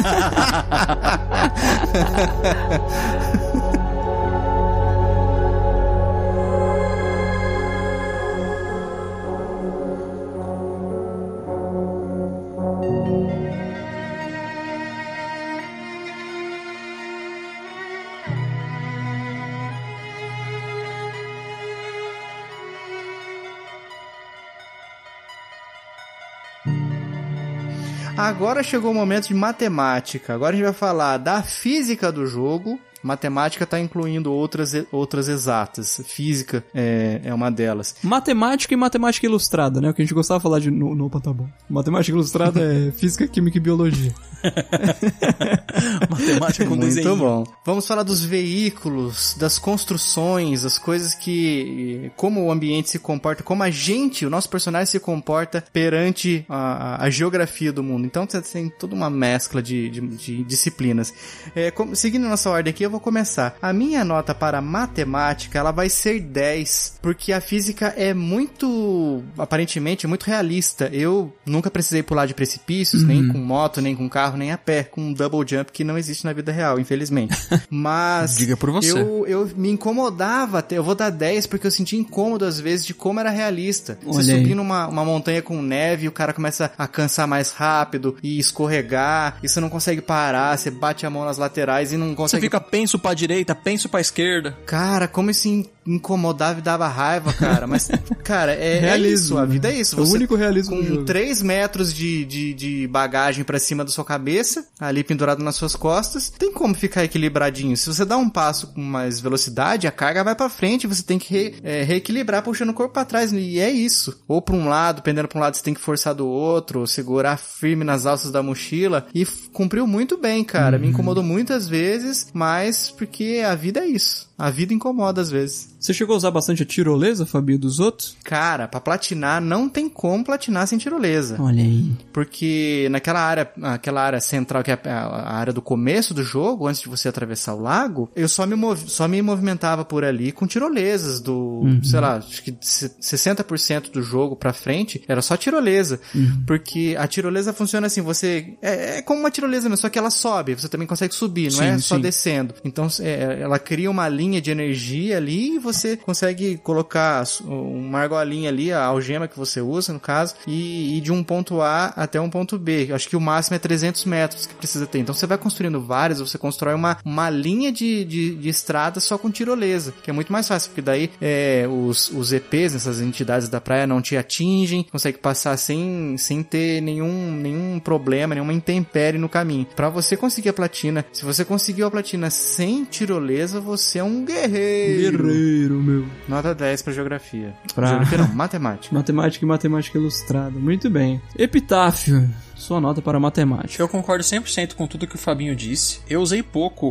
Agora chegou o momento de matemática. Agora a gente vai falar da física do jogo. Matemática tá incluindo outras exatas. Física é uma delas. Matemática e matemática ilustrada, né? O que a gente gostava de falar no Opa, tá bom. Matemática ilustrada é física, química e biologia. Matemática com desenho. Muito bom. Vamos falar dos veículos, das construções, as coisas que... Como o ambiente se comporta, como o nosso personagem se comporta perante a geografia do mundo. Então você tem toda uma mescla de disciplinas. Seguindo nossa ordem aqui, eu vou começar. A minha nota para matemática, ela vai ser 10, porque a física é aparentemente, muito realista. Eu nunca precisei pular de precipícios, nem com moto, nem com carro, nem a pé, com um double jump que não existe na vida real, infelizmente. Mas diga por você. Eu me incomodava até, eu vou dar 10 porque eu senti incômodo às vezes de como era realista. Olha Você aí. subir numa montanha com neve, o cara começa a cansar mais rápido e escorregar, e você não consegue parar, você bate a mão nas laterais e não Você consegue... fica penso pra direita, penso pra esquerda. Cara, como isso incomodava e dava raiva, cara. Mas, cara, é isso. A vida é isso. É o único realismo do com jogo. 3 metros de bagagem pra cima da sua cabeça, ali pendurado nas suas costas, tem como ficar equilibradinho. Se você dá um passo com mais velocidade, a carga vai pra frente, você tem que reequilibrar puxando o corpo pra trás. E é isso. Ou pra um lado, pendendo pra um lado, você tem que forçar do outro, ou segurar firme nas alças da mochila. E cumpriu muito bem, cara. Me incomodou muitas vezes, mas porque a vida é isso. A vida incomoda às vezes. Você chegou a usar bastante a tirolesa, Fabio, dos outros? Cara, pra platinar, não tem como platinar sem tirolesa. Olha aí. Porque aquela área central, que é a área do começo do jogo, antes de você atravessar o lago, eu só me movimentava por ali com tirolesas sei lá, acho que 60% do jogo pra frente era só tirolesa. Porque a tirolesa funciona assim, você... É como uma tirolesa mesmo, só que ela sobe, você também consegue subir, não é só descendo. Então, ela cria uma linha de energia ali e você consegue colocar uma argolinha ali, a algema que você usa, no caso, e ir de um ponto A até um ponto B. Eu acho que o máximo é 300 metros que precisa ter. Então, você vai construindo várias, você constrói uma linha de estrada só com tirolesa, que é muito mais fácil, porque daí os EPs, essas entidades da praia, não te atingem, consegue passar sem ter nenhum problema, nenhuma intempérie no caminho. Pra você conseguir a platina, se você conseguiu a platina sem tirolesa, você é um guerreiro. Guerreiro, meu. Nota 10 pra geografia. Geografia não, matemática. Matemática e matemática ilustrada. Muito bem. Epitáfio. Sua nota para matemática. Eu concordo 100% com tudo que o Fabinho disse. Eu usei pouco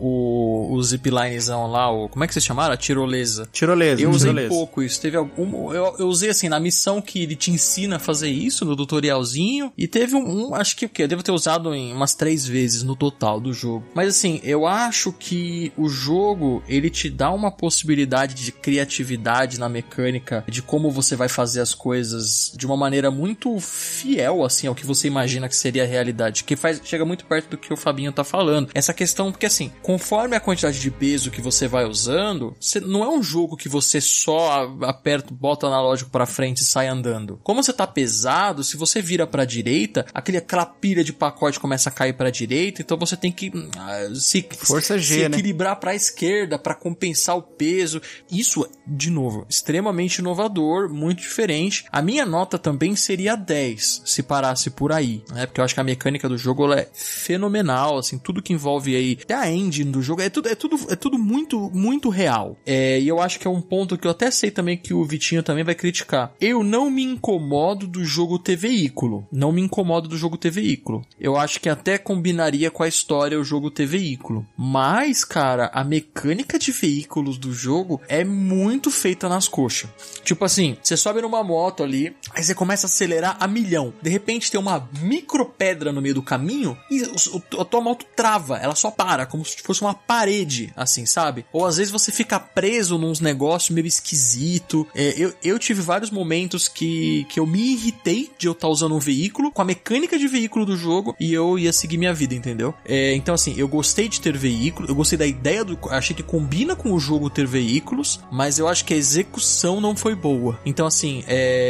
o ziplinezão lá, como é que vocês chamaram? A tirolesa. Eu usei pouco isso. Teve algum... Eu usei assim, na missão que ele te ensina a fazer isso, no tutorialzinho. E teve acho que o quê? Eu devo ter usado em umas 3 vezes no total do jogo. Mas assim, eu acho que o jogo, ele te dá uma possibilidade de criatividade na mecânica, de como você vai fazer as coisas de uma maneira muito fiel, assim, ao que você imagina que seria a realidade, que chega muito perto do que o Fabinho tá falando. Essa questão, porque assim, conforme a quantidade de peso que você vai usando, não é um jogo que você só aperta, bota o analógico pra frente e sai andando. Como você tá pesado, se você vira pra direita, aquela pilha de pacote começa a cair pra direita, então você tem que se equilibrar pra esquerda pra compensar o peso. Isso, de novo, extremamente inovador, muito diferente. A minha nota também seria 10, se parasse por aí, né? Porque eu acho que a mecânica do jogo ela é fenomenal, assim, tudo que envolve aí, até a engine do jogo, é tudo muito, muito real. E eu acho que é um ponto que eu até sei também que o Vitinho também vai criticar. Eu não me incomodo do jogo ter veículo. Não me incomodo do jogo ter veículo. Eu acho que até combinaria com a história o jogo ter veículo. Mas, cara, a mecânica de veículos do jogo é muito feita nas coxas. Tipo assim, você sobe numa moto ali, aí você começa a acelerar a milhão. De repente tem uma micro pedra no meio do caminho e a tua moto trava, ela só para, como se fosse uma parede, assim, sabe? Ou às vezes você fica preso nos negócios meio esquisito. Eu tive vários momentos que eu me irritei de eu estar usando um veículo, com a mecânica de veículo do jogo, e eu ia seguir minha vida, entendeu? Então assim, eu gostei de ter veículo, eu gostei da ideia achei que combina com o jogo ter veículos, mas eu acho que a execução não foi boa. Então assim,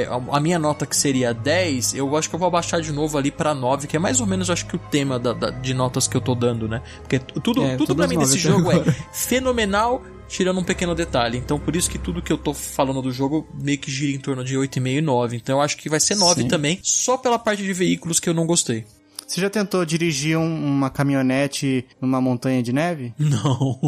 a minha nota que seria 10, eu acho que eu vou abaixar de novo ali pra 9, que é mais ou menos, acho que o tema de notas que eu tô dando, né? Porque tudo pra mim desse jogo é fenomenal, tirando um pequeno detalhe. Então, por isso que tudo que eu tô falando do jogo meio que gira em torno de 8,5 e 9. Então, eu acho que vai ser 9 também, só pela parte de veículos que eu não gostei. Você já tentou dirigir uma caminhonete numa montanha de neve? Não.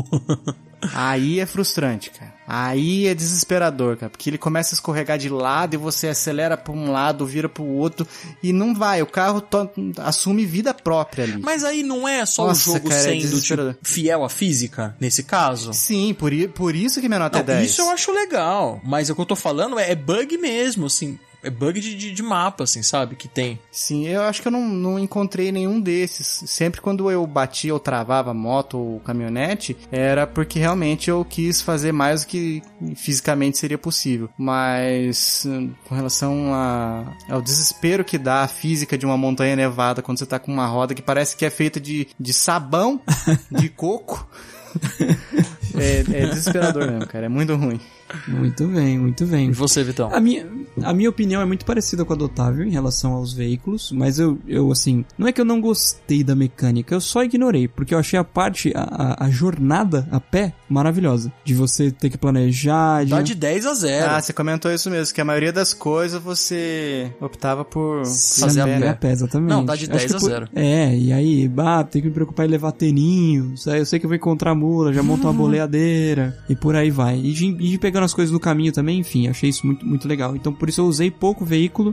Aí é frustrante, cara. Aí é desesperador, cara. Porque ele começa a escorregar de lado e você acelera pra um lado, vira pro outro e não vai. O carro assume vida própria ali. Mas aí não é só o jogo sendo tipo, fiel à física, nesse caso? Sim, por isso que minha nota é 10. Isso eu acho legal. Mas o que eu tô falando é bug mesmo, assim. É bug de mapa, assim, sabe? Que tem. Sim, eu acho que eu não encontrei nenhum desses. Sempre quando eu batia ou travava a moto ou caminhonete, era porque realmente eu quis fazer mais do que fisicamente seria possível. Mas com relação ao desespero que dá a física de uma montanha nevada quando você tá com uma roda que parece que é feita de sabão, de coco... É desesperador mesmo, cara. É muito ruim. Muito bem, muito bem. E você, Vitão? A minha opinião é muito parecida com a do Otávio em relação aos veículos, mas eu assim, não é que eu não gostei da mecânica, eu só ignorei, porque eu achei a jornada a pé maravilhosa. De você ter que planejar... Dá de 10 a 0. Ah, você comentou isso mesmo, que a maioria das coisas você optava por fazer a pé, exatamente. Não, dá de 10 a 0. E aí, tem que me preocupar em levar teninhos, aí eu sei que eu vou encontrar mula, já monto uma boleadeira, e por aí vai. E de pegar as coisas no caminho também, enfim, achei isso muito, muito legal. Então, por isso eu usei pouco veículo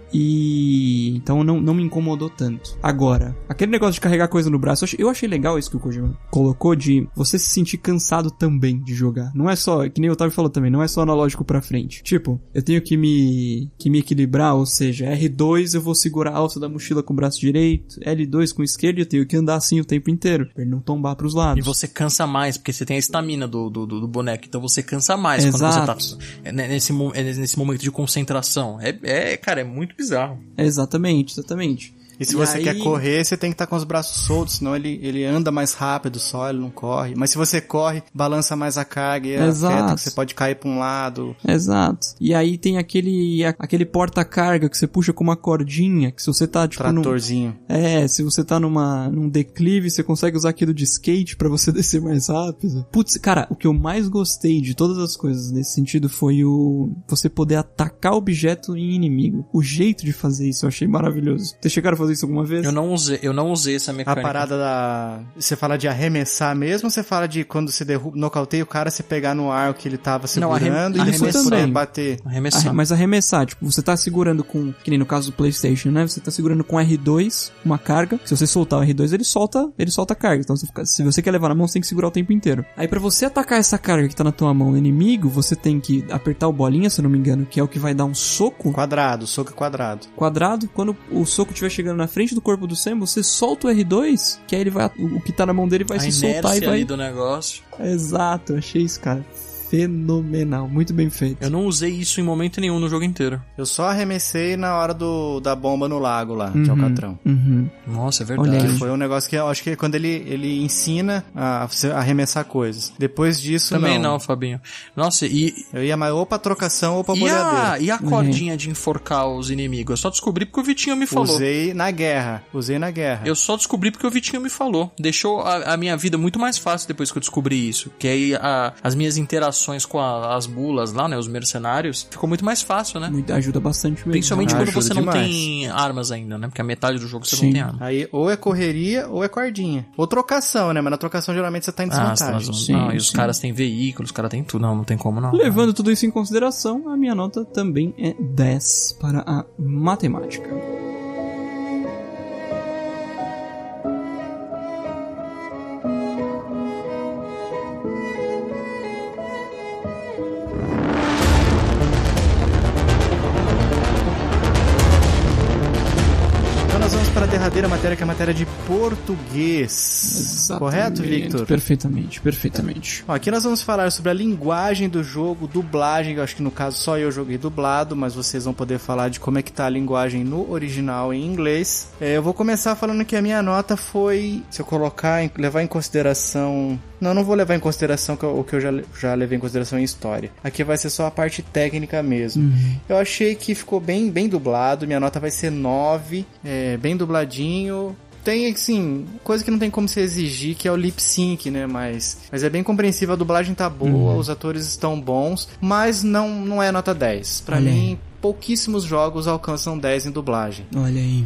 e então não me incomodou tanto. Agora, aquele negócio de carregar coisa no braço, eu achei legal isso que o Kojima colocou, de você se sentir cansado também de jogar. Não é só, que nem o Otávio falou também, não é só analógico pra frente. Tipo, eu tenho que me equilibrar, ou seja, R2 eu vou segurar a alça da mochila com o braço direito, L2 com o esquerdo, e eu tenho que andar assim o tempo inteiro, pra ele não tombar pros lados. E você cansa mais, porque você tem a estamina do boneco, então você cansa mais Exato. quando você tá nesse momento de concentração. Cara, é muito bizarro. Exatamente. E se você quer correr, você tem que estar com os braços soltos, senão ele anda mais rápido só, ele não corre. Mas se você corre, balança mais a carga e afeta, que você pode cair pra um lado. Exato. E aí tem aquele porta-carga que você puxa com uma cordinha, que se você tá tipo tratorzinho. se você tá num declive, você consegue usar aquilo de skate pra você descer mais rápido. Putz, cara, o que eu mais gostei de todas as coisas nesse sentido foi você poder atacar objeto em inimigo. O jeito de fazer isso eu achei maravilhoso. Vocês chegaram a fazer isso alguma vez? Eu não usei essa mecânica. A parada você fala de arremessar mesmo, ou você fala de quando você nocauteia o cara, você pegar no ar o que ele tava segurando e depois poder bater? Arremessar. Mas arremessar, tipo, você tá segurando com, que nem no caso do PlayStation, né? Você tá segurando com R2 uma carga. Se você soltar o R2, ele solta a carga. Então se você quer levar na mão, você tem que segurar o tempo inteiro. Aí pra você atacar essa carga que tá na tua mão no inimigo, você tem que apertar o bolinha, se eu não me engano, que é o que vai dar um soco. Soco quadrado. Quando o soco estiver chegando na frente do corpo do Sam, você solta o R2, que aí ele vai, o que tá na mão dele vai se soltar e vai... ali do negócio. Exato, eu achei isso, cara, fenomenal, muito bem feito. Eu não usei isso em momento nenhum no jogo inteiro. Eu só arremessei na hora da bomba no lago lá, de Alcatrão. Nossa, é verdade. Olha aí. Que foi um negócio que eu acho que é quando ele ensina a você arremessar coisas. Depois disso, também não, Fabinho. Nossa, eu ia mais ou pra trocação ou pra boleadeira. E a cordinha de enforcar os inimigos? Eu só descobri porque o Vitinho me falou. Usei na guerra. Eu só descobri porque o Vitinho me falou. Deixou a minha vida muito mais fácil depois que eu descobri isso. Que aí as minhas interações com as bulas lá, né, os mercenários, ficou muito mais fácil, né? Ajuda bastante mesmo. Principalmente quando você não demais. tem armas ainda, né? Porque a metade do jogo você não tem arma. Aí ou é correria ou é cordinha. Ou trocação, né? Mas na trocação geralmente você tá em desvantagem. E os caras têm veículos, os caras têm tudo. Não tem como não. Levando tudo isso em consideração, a minha nota também é 10 para a matemática. Para a derradeira matéria, que é a matéria de português. Exatamente. Correto, Victor? Perfeitamente. Ó, aqui nós vamos falar sobre a linguagem do jogo, dublagem. Eu acho que no caso só eu joguei dublado, mas vocês vão poder falar de como é que tá a linguagem no original em inglês. Eu vou começar falando que a minha nota foi, se eu levar em consideração... Não vou levar em consideração o que eu já levei em consideração em história. Aqui vai ser só a parte técnica mesmo. Eu achei que ficou bem dublado. Minha nota vai ser 9. Bem dubladinho. Tem, assim, coisa que não tem como se exigir, que é o lip sync, né? Mas é bem compreensível, a dublagem tá boa, os atores estão bons, mas não é nota 10. Pra mim, pouquíssimos jogos alcançam 10 em dublagem. Olha aí.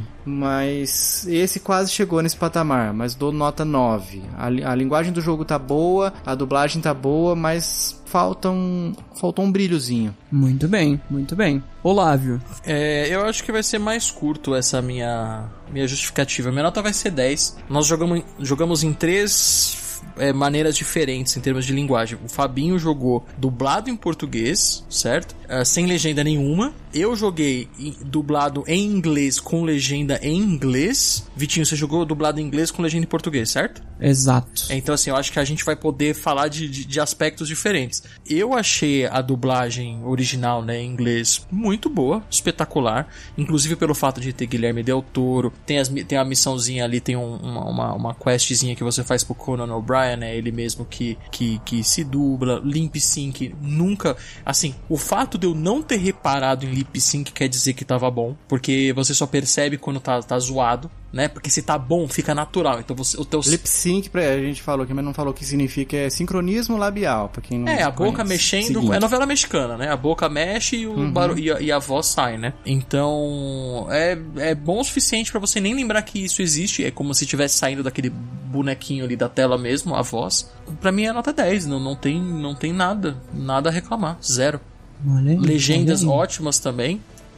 Mas esse quase chegou nesse patamar, mas dou nota 9. A linguagem do jogo tá boa, a dublagem tá boa, mas faltou um brilhozinho. Muito bem. Olávio. Eu acho que vai ser mais curto essa minha justificativa. Minha nota vai ser 10. Nós jogamos em 3 maneiras diferentes em termos de linguagem. O Fabinho jogou dublado em português, certo? Sem legenda nenhuma. Eu joguei dublado em inglês com legenda em inglês. Vitinho, você jogou dublado em inglês com legenda em português, certo? Exato. Então, assim, eu acho que a gente vai poder falar de aspectos diferentes. Eu achei a dublagem original, né, em inglês muito boa, espetacular. Inclusive pelo fato de ter Guilherme Del Toro. Tem a missãozinha ali, tem uma questzinha que você faz pro Conan O'Brien, né? Ele mesmo que se dubla. Lip sync nunca... Assim, o fato de eu não ter reparado em lip sync quer dizer que tava bom, porque você só percebe quando tá zoado, né? Porque se tá bom, fica natural. Então o teu... Lip sync, a gente falou aqui, mas não falou o que significa, é sincronismo labial, pra quem não a boca mexendo, seguinte. É novela mexicana, né? A boca mexe e o e a voz sai, né? Então, é bom o suficiente pra você nem lembrar que isso existe, é como se estivesse saindo daquele bonequinho ali da tela mesmo, a voz. Pra mim é nota 10, não tem nada a reclamar, 0. Legendas ótimas também.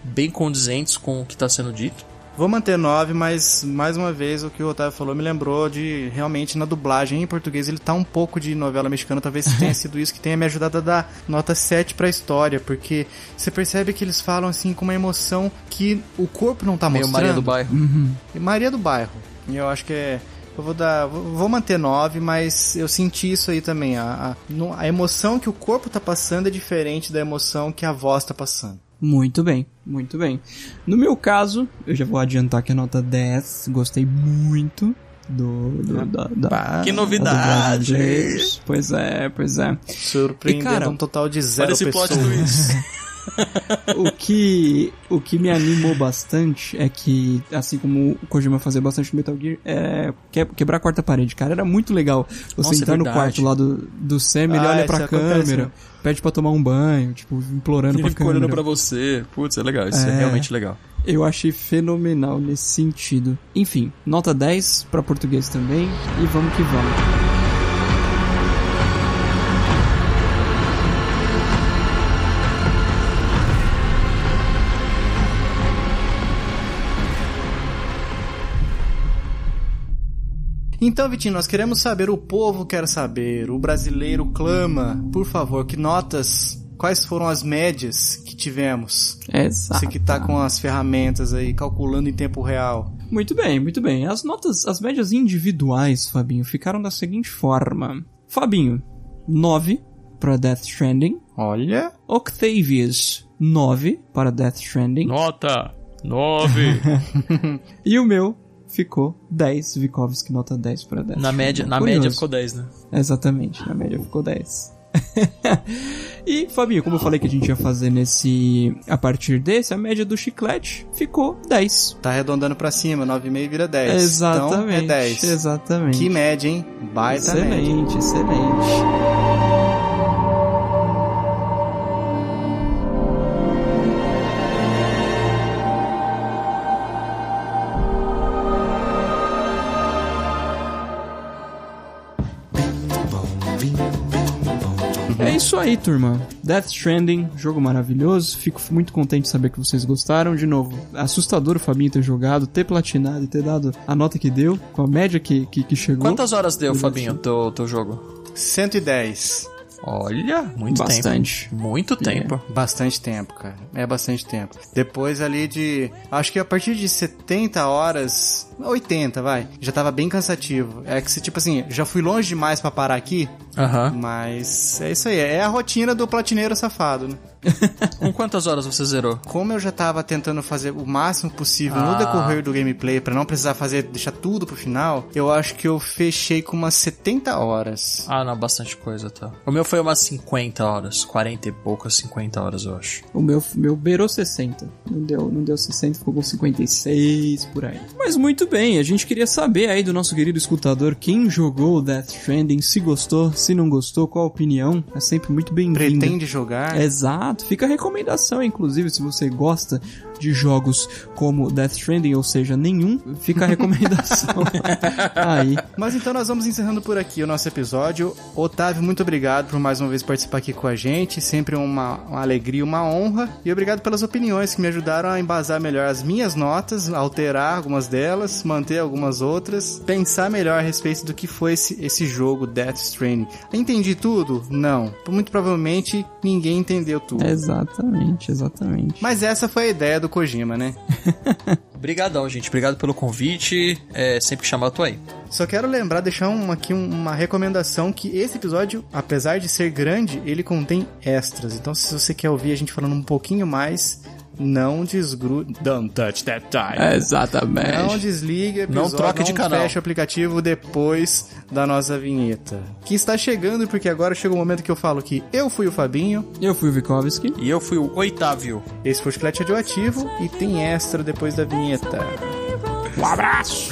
bem condizentes com o que tá sendo dito. Vou manter 9, mas mais uma vez o que o Otávio falou me lembrou de realmente na dublagem em português ele tá um pouco de novela mexicana, talvez tenha sido isso que tenha me ajudado a dar nota 7 pra história, porque você percebe que eles falam assim com uma emoção que o corpo não tá Meio mostrando. Maria do Bairro. Maria do Bairro. E eu acho que eu vou manter 9, mas eu senti isso aí também. A emoção que o corpo tá passando é diferente da emoção que a voz tá passando. Muito bem, muito bem. No meu caso, eu já vou adiantar que a nota 10, gostei muito Que novidade! Pois é. Surpreendendo E, cara, um total de 0 Olha esse pessoas. plot twist. O que me animou bastante é que, assim como o Kojima fazia bastante no Metal Gear, quebrar a quarta parede, cara. Era muito legal você Nossa, entrar é no verdade. quarto lá do Sam, ele olha pra isso acontece, câmera, né? pede pra tomar um banho, tipo, implorando Ele pra fica câmera. olhando pra você. Putz, é legal. Isso é realmente legal. Eu achei fenomenal nesse sentido. Enfim, nota 10 pra português também, e vamos que vamos. Então, Vitinho, nós queremos saber, o povo quer saber, o brasileiro clama, por favor, que notas, quais foram as médias que tivemos? Exato. Você que tá com as ferramentas aí, calculando em tempo real. Muito bem, muito bem. As médias individuais, Fabinho, ficaram da seguinte forma. Fabinho, 9 para Death Stranding. Olha. Octavius, 9 para Death Stranding. Nota 9. E o meu ficou 10. Vikovski, nota 10 para Death Na Stranding. média Curioso. ficou 10, né? Exatamente, na média ficou 10. E, Fabinho, como eu falei que a gente ia fazer a partir desse, a média do chiclete ficou 10. Tá arredondando pra cima, 9,5 vira 10. Exatamente. Então é 10. Exatamente. Que média, hein? Baita média. Excelente, excelente. É isso aí, turma. Death Stranding, jogo maravilhoso. Fico muito contente de saber que vocês gostaram. De novo, assustador o Fabinho ter jogado, ter platinado e ter dado a nota que deu, com a média que chegou. Quantas horas deu, Fabinho, teu jogo? 110. Olha, muito Bastante. tempo. Muito tempo. Bastante tempo, cara. É bastante tempo. Depois ali acho que a partir de 70 horas... 80, vai. Já tava bem cansativo. É que você, tipo assim, já fui longe demais pra parar aqui. Aham. Mas é isso aí. É a rotina do platineiro safado, né? Com quantas horas você zerou? Como eu já tava tentando fazer o máximo possível no decorrer do gameplay pra não precisar deixar tudo pro final, eu acho que eu fechei com umas 70 horas. Ah, não, bastante coisa, tá. O meu foi umas 50 horas. 40 e poucas, 50 horas, eu acho. O meu beirou 60. Não deu 60, ficou com 56 por aí. Mas muito bem, a gente queria saber aí do nosso querido escutador quem jogou Death Stranding, se gostou, se não gostou, qual a opinião. É sempre muito bem-vindo. Pretende jogar? Exato, fica a recomendação, inclusive, se você gosta de jogos como Death Stranding, ou seja, nenhum, fica a recomendação aí. Mas então nós vamos encerrando por aqui o nosso episódio. Otávio, muito obrigado por mais uma vez participar aqui com a gente, sempre uma alegria, uma honra, e obrigado pelas opiniões que me ajudaram a embasar melhor as minhas notas, alterar algumas delas, manter algumas outras, pensar melhor a respeito do que foi esse jogo Death Stranding. Entendi tudo? Não. Muito provavelmente ninguém entendeu tudo. Exatamente. Mas essa foi a ideia do Kojima, né? Obrigadão, gente. Obrigado pelo convite. Sempre que chamar, eu tô aí. Só quero lembrar, deixar aqui uma recomendação, que esse episódio, apesar de ser grande, ele contém extras. Então, se você quer ouvir a gente falando um pouquinho mais, não desgrude. Don't touch that dial. Exatamente. Não desligue o episódio, Não troque de canal. Feche o aplicativo depois da nossa vinheta. Que está chegando, porque agora chega o momento que eu falo que eu fui o Fabinho. Eu fui o Vikovski. E eu fui o Oitávio. Esse foi o Chiclete Radioativo e tem extra depois da vinheta. Um abraço!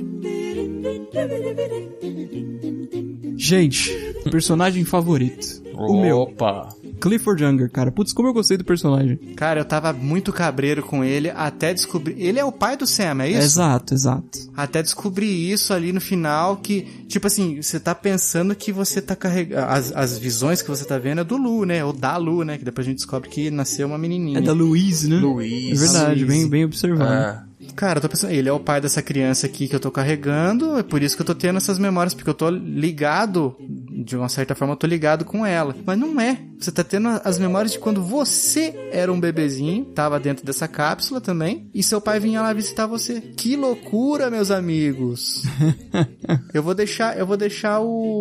Gente, personagem favorito. O meu. Opa! Clifford Younger, cara. Putz, como eu gostei do personagem. Cara, eu tava muito cabreiro com ele até descobrir... Ele é o pai do Sam, é isso? Exato. Até descobrir isso ali no final, que, tipo assim, você tá pensando que você tá carregando... As visões que você tá vendo é do Lu, né? Ou da Lu, né? Que depois a gente descobre que nasceu uma menininha. É da Louise, né? Louise. É verdade, Louise. bem observado. É. Cara, eu tô pensando, ele é o pai dessa criança aqui que eu tô carregando, é por isso que eu tô tendo essas memórias, porque eu tô ligado, de uma certa forma eu tô ligado com ela. Mas não é. Você tá tendo as memórias de quando você era um bebezinho, tava dentro dessa cápsula também, e seu pai vinha lá visitar você. Que loucura, meus amigos! Eu vou deixar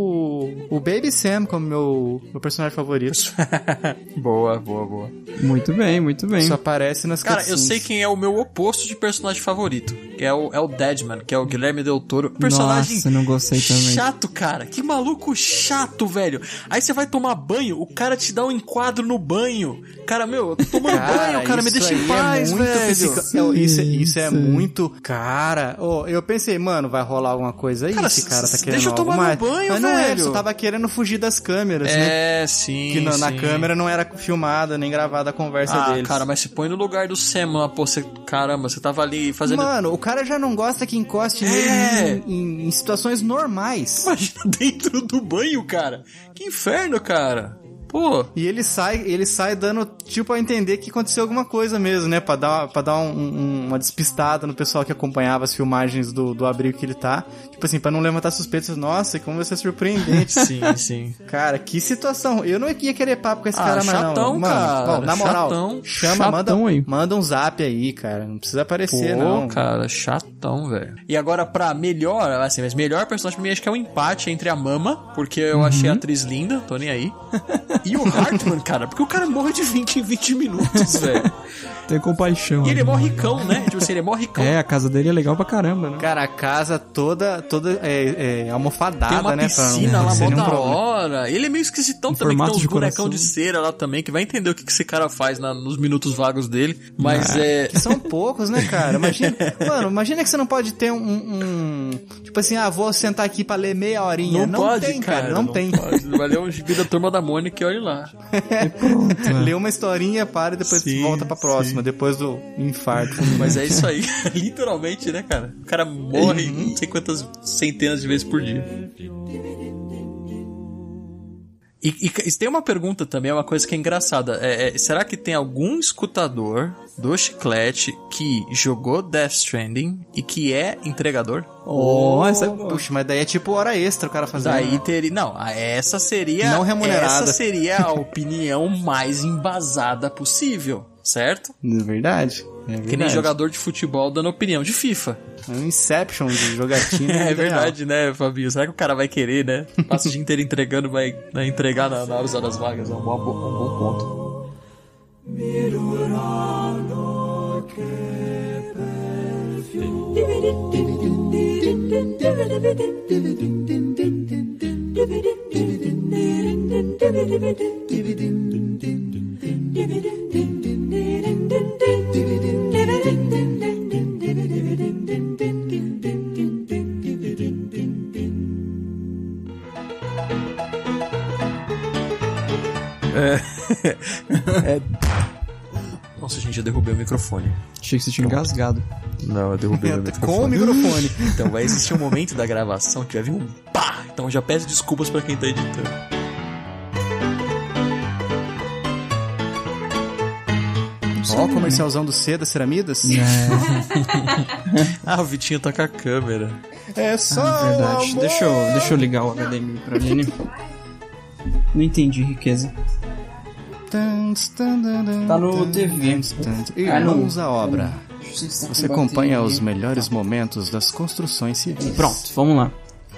o Baby Sam como meu personagem favorito. Boa. Muito bem. Só aparece nas Cara, eu cutscenes. sei quem é o meu oposto de personagem favorito. Que é o Deadman, que é o Guilherme Del Toro. Personagem Nossa, não gostei também. chato, cara. Que maluco chato, velho. Aí você vai tomar banho, o cara te dá um enquadro no banho. Cara, meu, eu tô tomando banho, cara, me isso deixa em aí paz, é muito velho. Isso é Sim. muito... Cara, eu pensei, mano, vai rolar alguma coisa aí, Cara, esse cara tá querendo deixa eu algo tomar mais. meu banho, mas não é, velho. só tava querendo fugir das câmeras, né? É, sim. Que na sim. câmera não era filmada, nem gravada a conversa deles. Cara, mas se põe no lugar do Sam lá, pô, caramba, você tava ali fazendo... Mano, o cara já não gosta que encoste nele em situações normais. Imagina dentro do banho, cara. Que inferno, cara. Pô. E ele sai dando, tipo, a entender que aconteceu alguma coisa mesmo, né? Pra dar uma despistada no pessoal que acompanhava as filmagens do abrigo que ele tá. Tipo assim, pra não levantar suspeitas. Nossa, como vai ser surpreendente. Sim. Cara, que situação. Eu não ia querer papo com esse cara, mas chatão, não. Mano, cara, ó, na moral, chatão. chama, Chatão aí. manda um zap aí, cara. Não precisa aparecer, Pô, não. cara, chatão, velho. E agora, pra melhor, assim, mas melhor personagem pra mim, acho que é o empate entre a Mama, porque eu achei a atriz linda, tô nem aí, e o Hartman, cara, porque o cara morre de 20 em 20 minutos, velho. Tem compaixão. E ele é né? mó ricão, né? Tipo assim, ele é mó ricão. É, a casa dele é legal pra caramba, né? Cara, a casa toda almofadada, Tem uma né? piscina lá, mó seria um da problema. hora. Ele é meio esquisitão Em também, que tem formato uns de bonecão coração. de cera lá também, que vai entender o que esse cara faz nos minutos vagos dele. Mas Que são poucos, né, cara? Imagina que você não pode ter tipo assim, vou sentar aqui pra ler meia horinha. Não pode, tem, cara, não tem. Pode. Vai ler um gibi da Turma da Mônica e olha lá. Pronto, Lê uma historinha, para e depois Sim, volta pra próxima, sim. depois do infarto. Mas é isso aí, literalmente, né, cara? O cara morre não sei quantas centenas de vezes por dia. E tem uma pergunta também, é uma coisa que é engraçada. Será que tem algum escutador do Chiclete que jogou Death Stranding e que é entregador? essa é boa. Puxa, mas daí é tipo hora extra o cara fazendo. Daí teria... Não, essa seria... Não remunerada. Essa seria a opinião mais embasada possível, certo? É verdade. Que nem jogador de futebol dando opinião de FIFA. É um Inception de jogatina. É verdade, né, Fabinho? Será que o cara vai querer, né? Passa o dia inteiro entregando, vai entregar na hora das vagas. É um bom ponto. Nossa, gente, eu derrubei o microfone. Achei que você tinha engasgado. Não, eu derrubei o Com o microfone. Então vai existir um momento da gravação que vai vir um pá! Então já peço desculpas pra quem tá editando. Ó, o comercialzão do C das ceramidas. O Vitinho tá com a câmera. É só Verdade. amor. Deixa eu ligar o HDMI pra Aline. Não entendi, riqueza. Tá no TV. Irmãos à obra. Você acompanha os melhores momentos das construções civis. Pronto, vamos lá.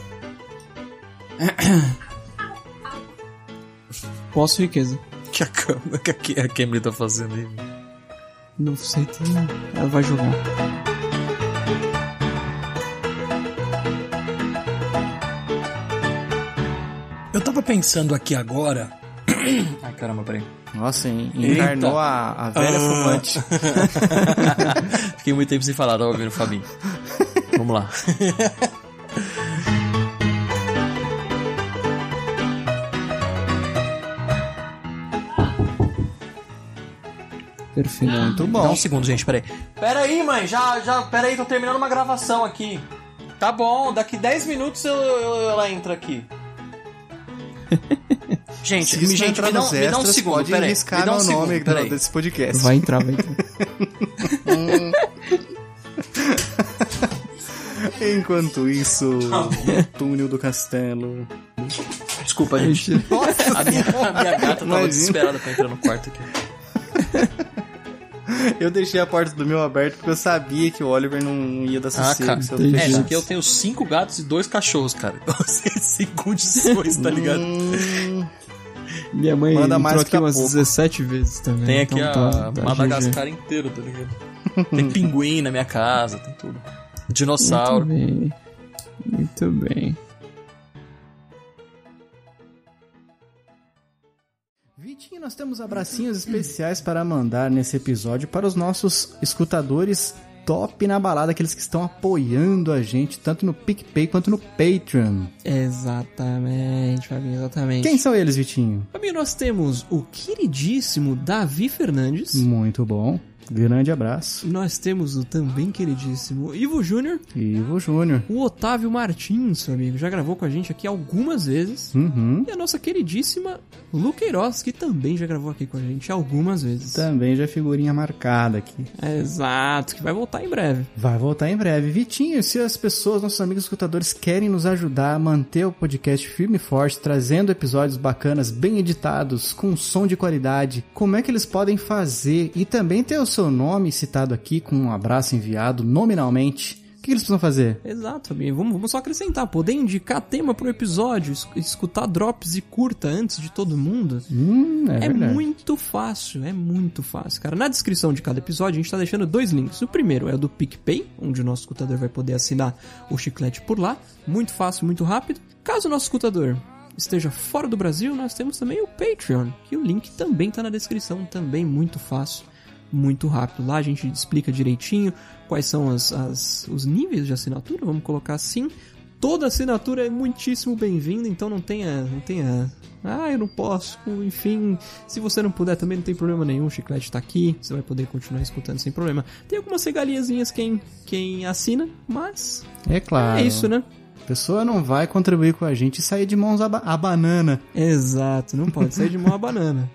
Posso, riqueza? Que a câmera que a Camry tá fazendo aí? Não sei, ela vai jogar. Eu tava pensando aqui agora. Ai, caramba, peraí. Nossa, encarnou a velha fumante. Fiquei muito tempo sem falar, tava ouvindo o Fabinho. Vamos lá. Perfeito. Muito Dá bom. um segundo, gente, peraí. Peraí, mãe, peraí, tô terminando uma gravação aqui. Tá bom, daqui 10 minutos ela entra aqui. Gente, Se isso não gente, entrar me dá nos um extras, segundo, pode peraí. riscar Me dá um meu segundo, nome peraí. desse podcast. Vai entrar, vai entrar. Enquanto isso, no túnel do castelo. Desculpa, gente. A minha gata tava Imagina. desesperada pra entrar no quarto aqui. Eu deixei a porta do meu aberta porque eu sabia que o Oliver não ia dar sossego. cara. se eu Entendi. É, fechasse. porque eu tenho 5 gatos e 2 cachorros, cara. Então, assim, sem condições, tá ligado? Minha mãe Manda entrou mais aqui daqui a umas pouco. 17 vezes também. Tem aqui então a tá Madagascar inteiro, tá ligado? Tem pinguim na minha casa, tem tudo. Dinossauro. Muito bem. Muito bem. Vitinho, nós temos abracinhos especiais para mandar nesse episódio para os nossos escutadores top na balada, aqueles que estão apoiando a gente, tanto no PicPay quanto no Patreon. Exatamente, Fabinho, exatamente. Quem são eles, Vitinho? Fabinho, nós temos o queridíssimo Davi Fernandes. Muito bom. Grande abraço. Nós temos o também queridíssimo Ivo Júnior. Ivo Júnior. O Otávio Martins, seu amigo, já gravou com a gente aqui algumas vezes. Uhum. E a nossa queridíssima Lu Queiroz, que também já gravou aqui com a gente algumas vezes. Também já é figurinha marcada aqui. Exato, que vai voltar em breve. Vai voltar em breve. Vitinho, se as pessoas, nossos amigos escutadores, querem nos ajudar a manter o podcast firme e forte, trazendo episódios bacanas, bem editados, com som de qualidade, como é que eles podem fazer? E também ter o seu nome citado aqui, com um abraço enviado nominalmente. O que eles precisam fazer? Exato, Fabinho. Vamos só acrescentar. Poder indicar tema pro episódio, escutar drops e curta antes de todo mundo. É É verdade. muito fácil, cara. Na descrição de cada episódio a gente tá deixando 2 links. O primeiro é o do PicPay, onde o nosso escutador vai poder assinar o chiclete por lá. Muito fácil, muito rápido. Caso o nosso escutador esteja fora do Brasil, nós temos também o Patreon, que o link também tá na descrição, também muito fácil, muito rápido. Lá a gente explica direitinho quais são os níveis de assinatura, vamos colocar assim. Toda assinatura é muitíssimo bem-vinda, então não tenha... eu não posso, enfim, se você não puder também não tem problema nenhum, o chiclete tá aqui, você vai poder continuar escutando sem problema. Tem algumas regaliazinhas quem assina, mas É claro. é isso, né? A pessoa não vai contribuir com a gente e sair de mãos a banana. Exato, não pode sair de mão a banana.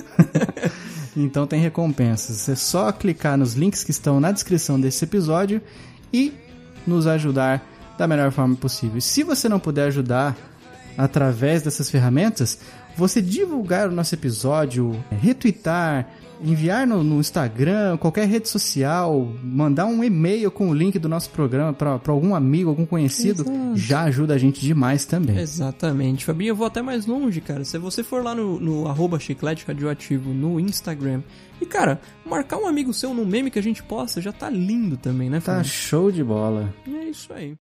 Então tem recompensas. É só clicar nos links que estão na descrição desse episódio e nos ajudar da melhor forma possível. E se você não puder ajudar através dessas ferramentas, você divulgar o nosso episódio, retweetar, enviar no Instagram, qualquer rede social, mandar um e-mail com o link do nosso programa para algum amigo, algum conhecido, Exato. já ajuda a gente demais também. Exatamente. Fabinho, eu vou até mais longe, cara. Se você for lá no @chiclete radioativo no Instagram e, cara, marcar um amigo seu no meme que a gente posta, já tá lindo também, né, Tá Fabinho? show de bola. É isso aí.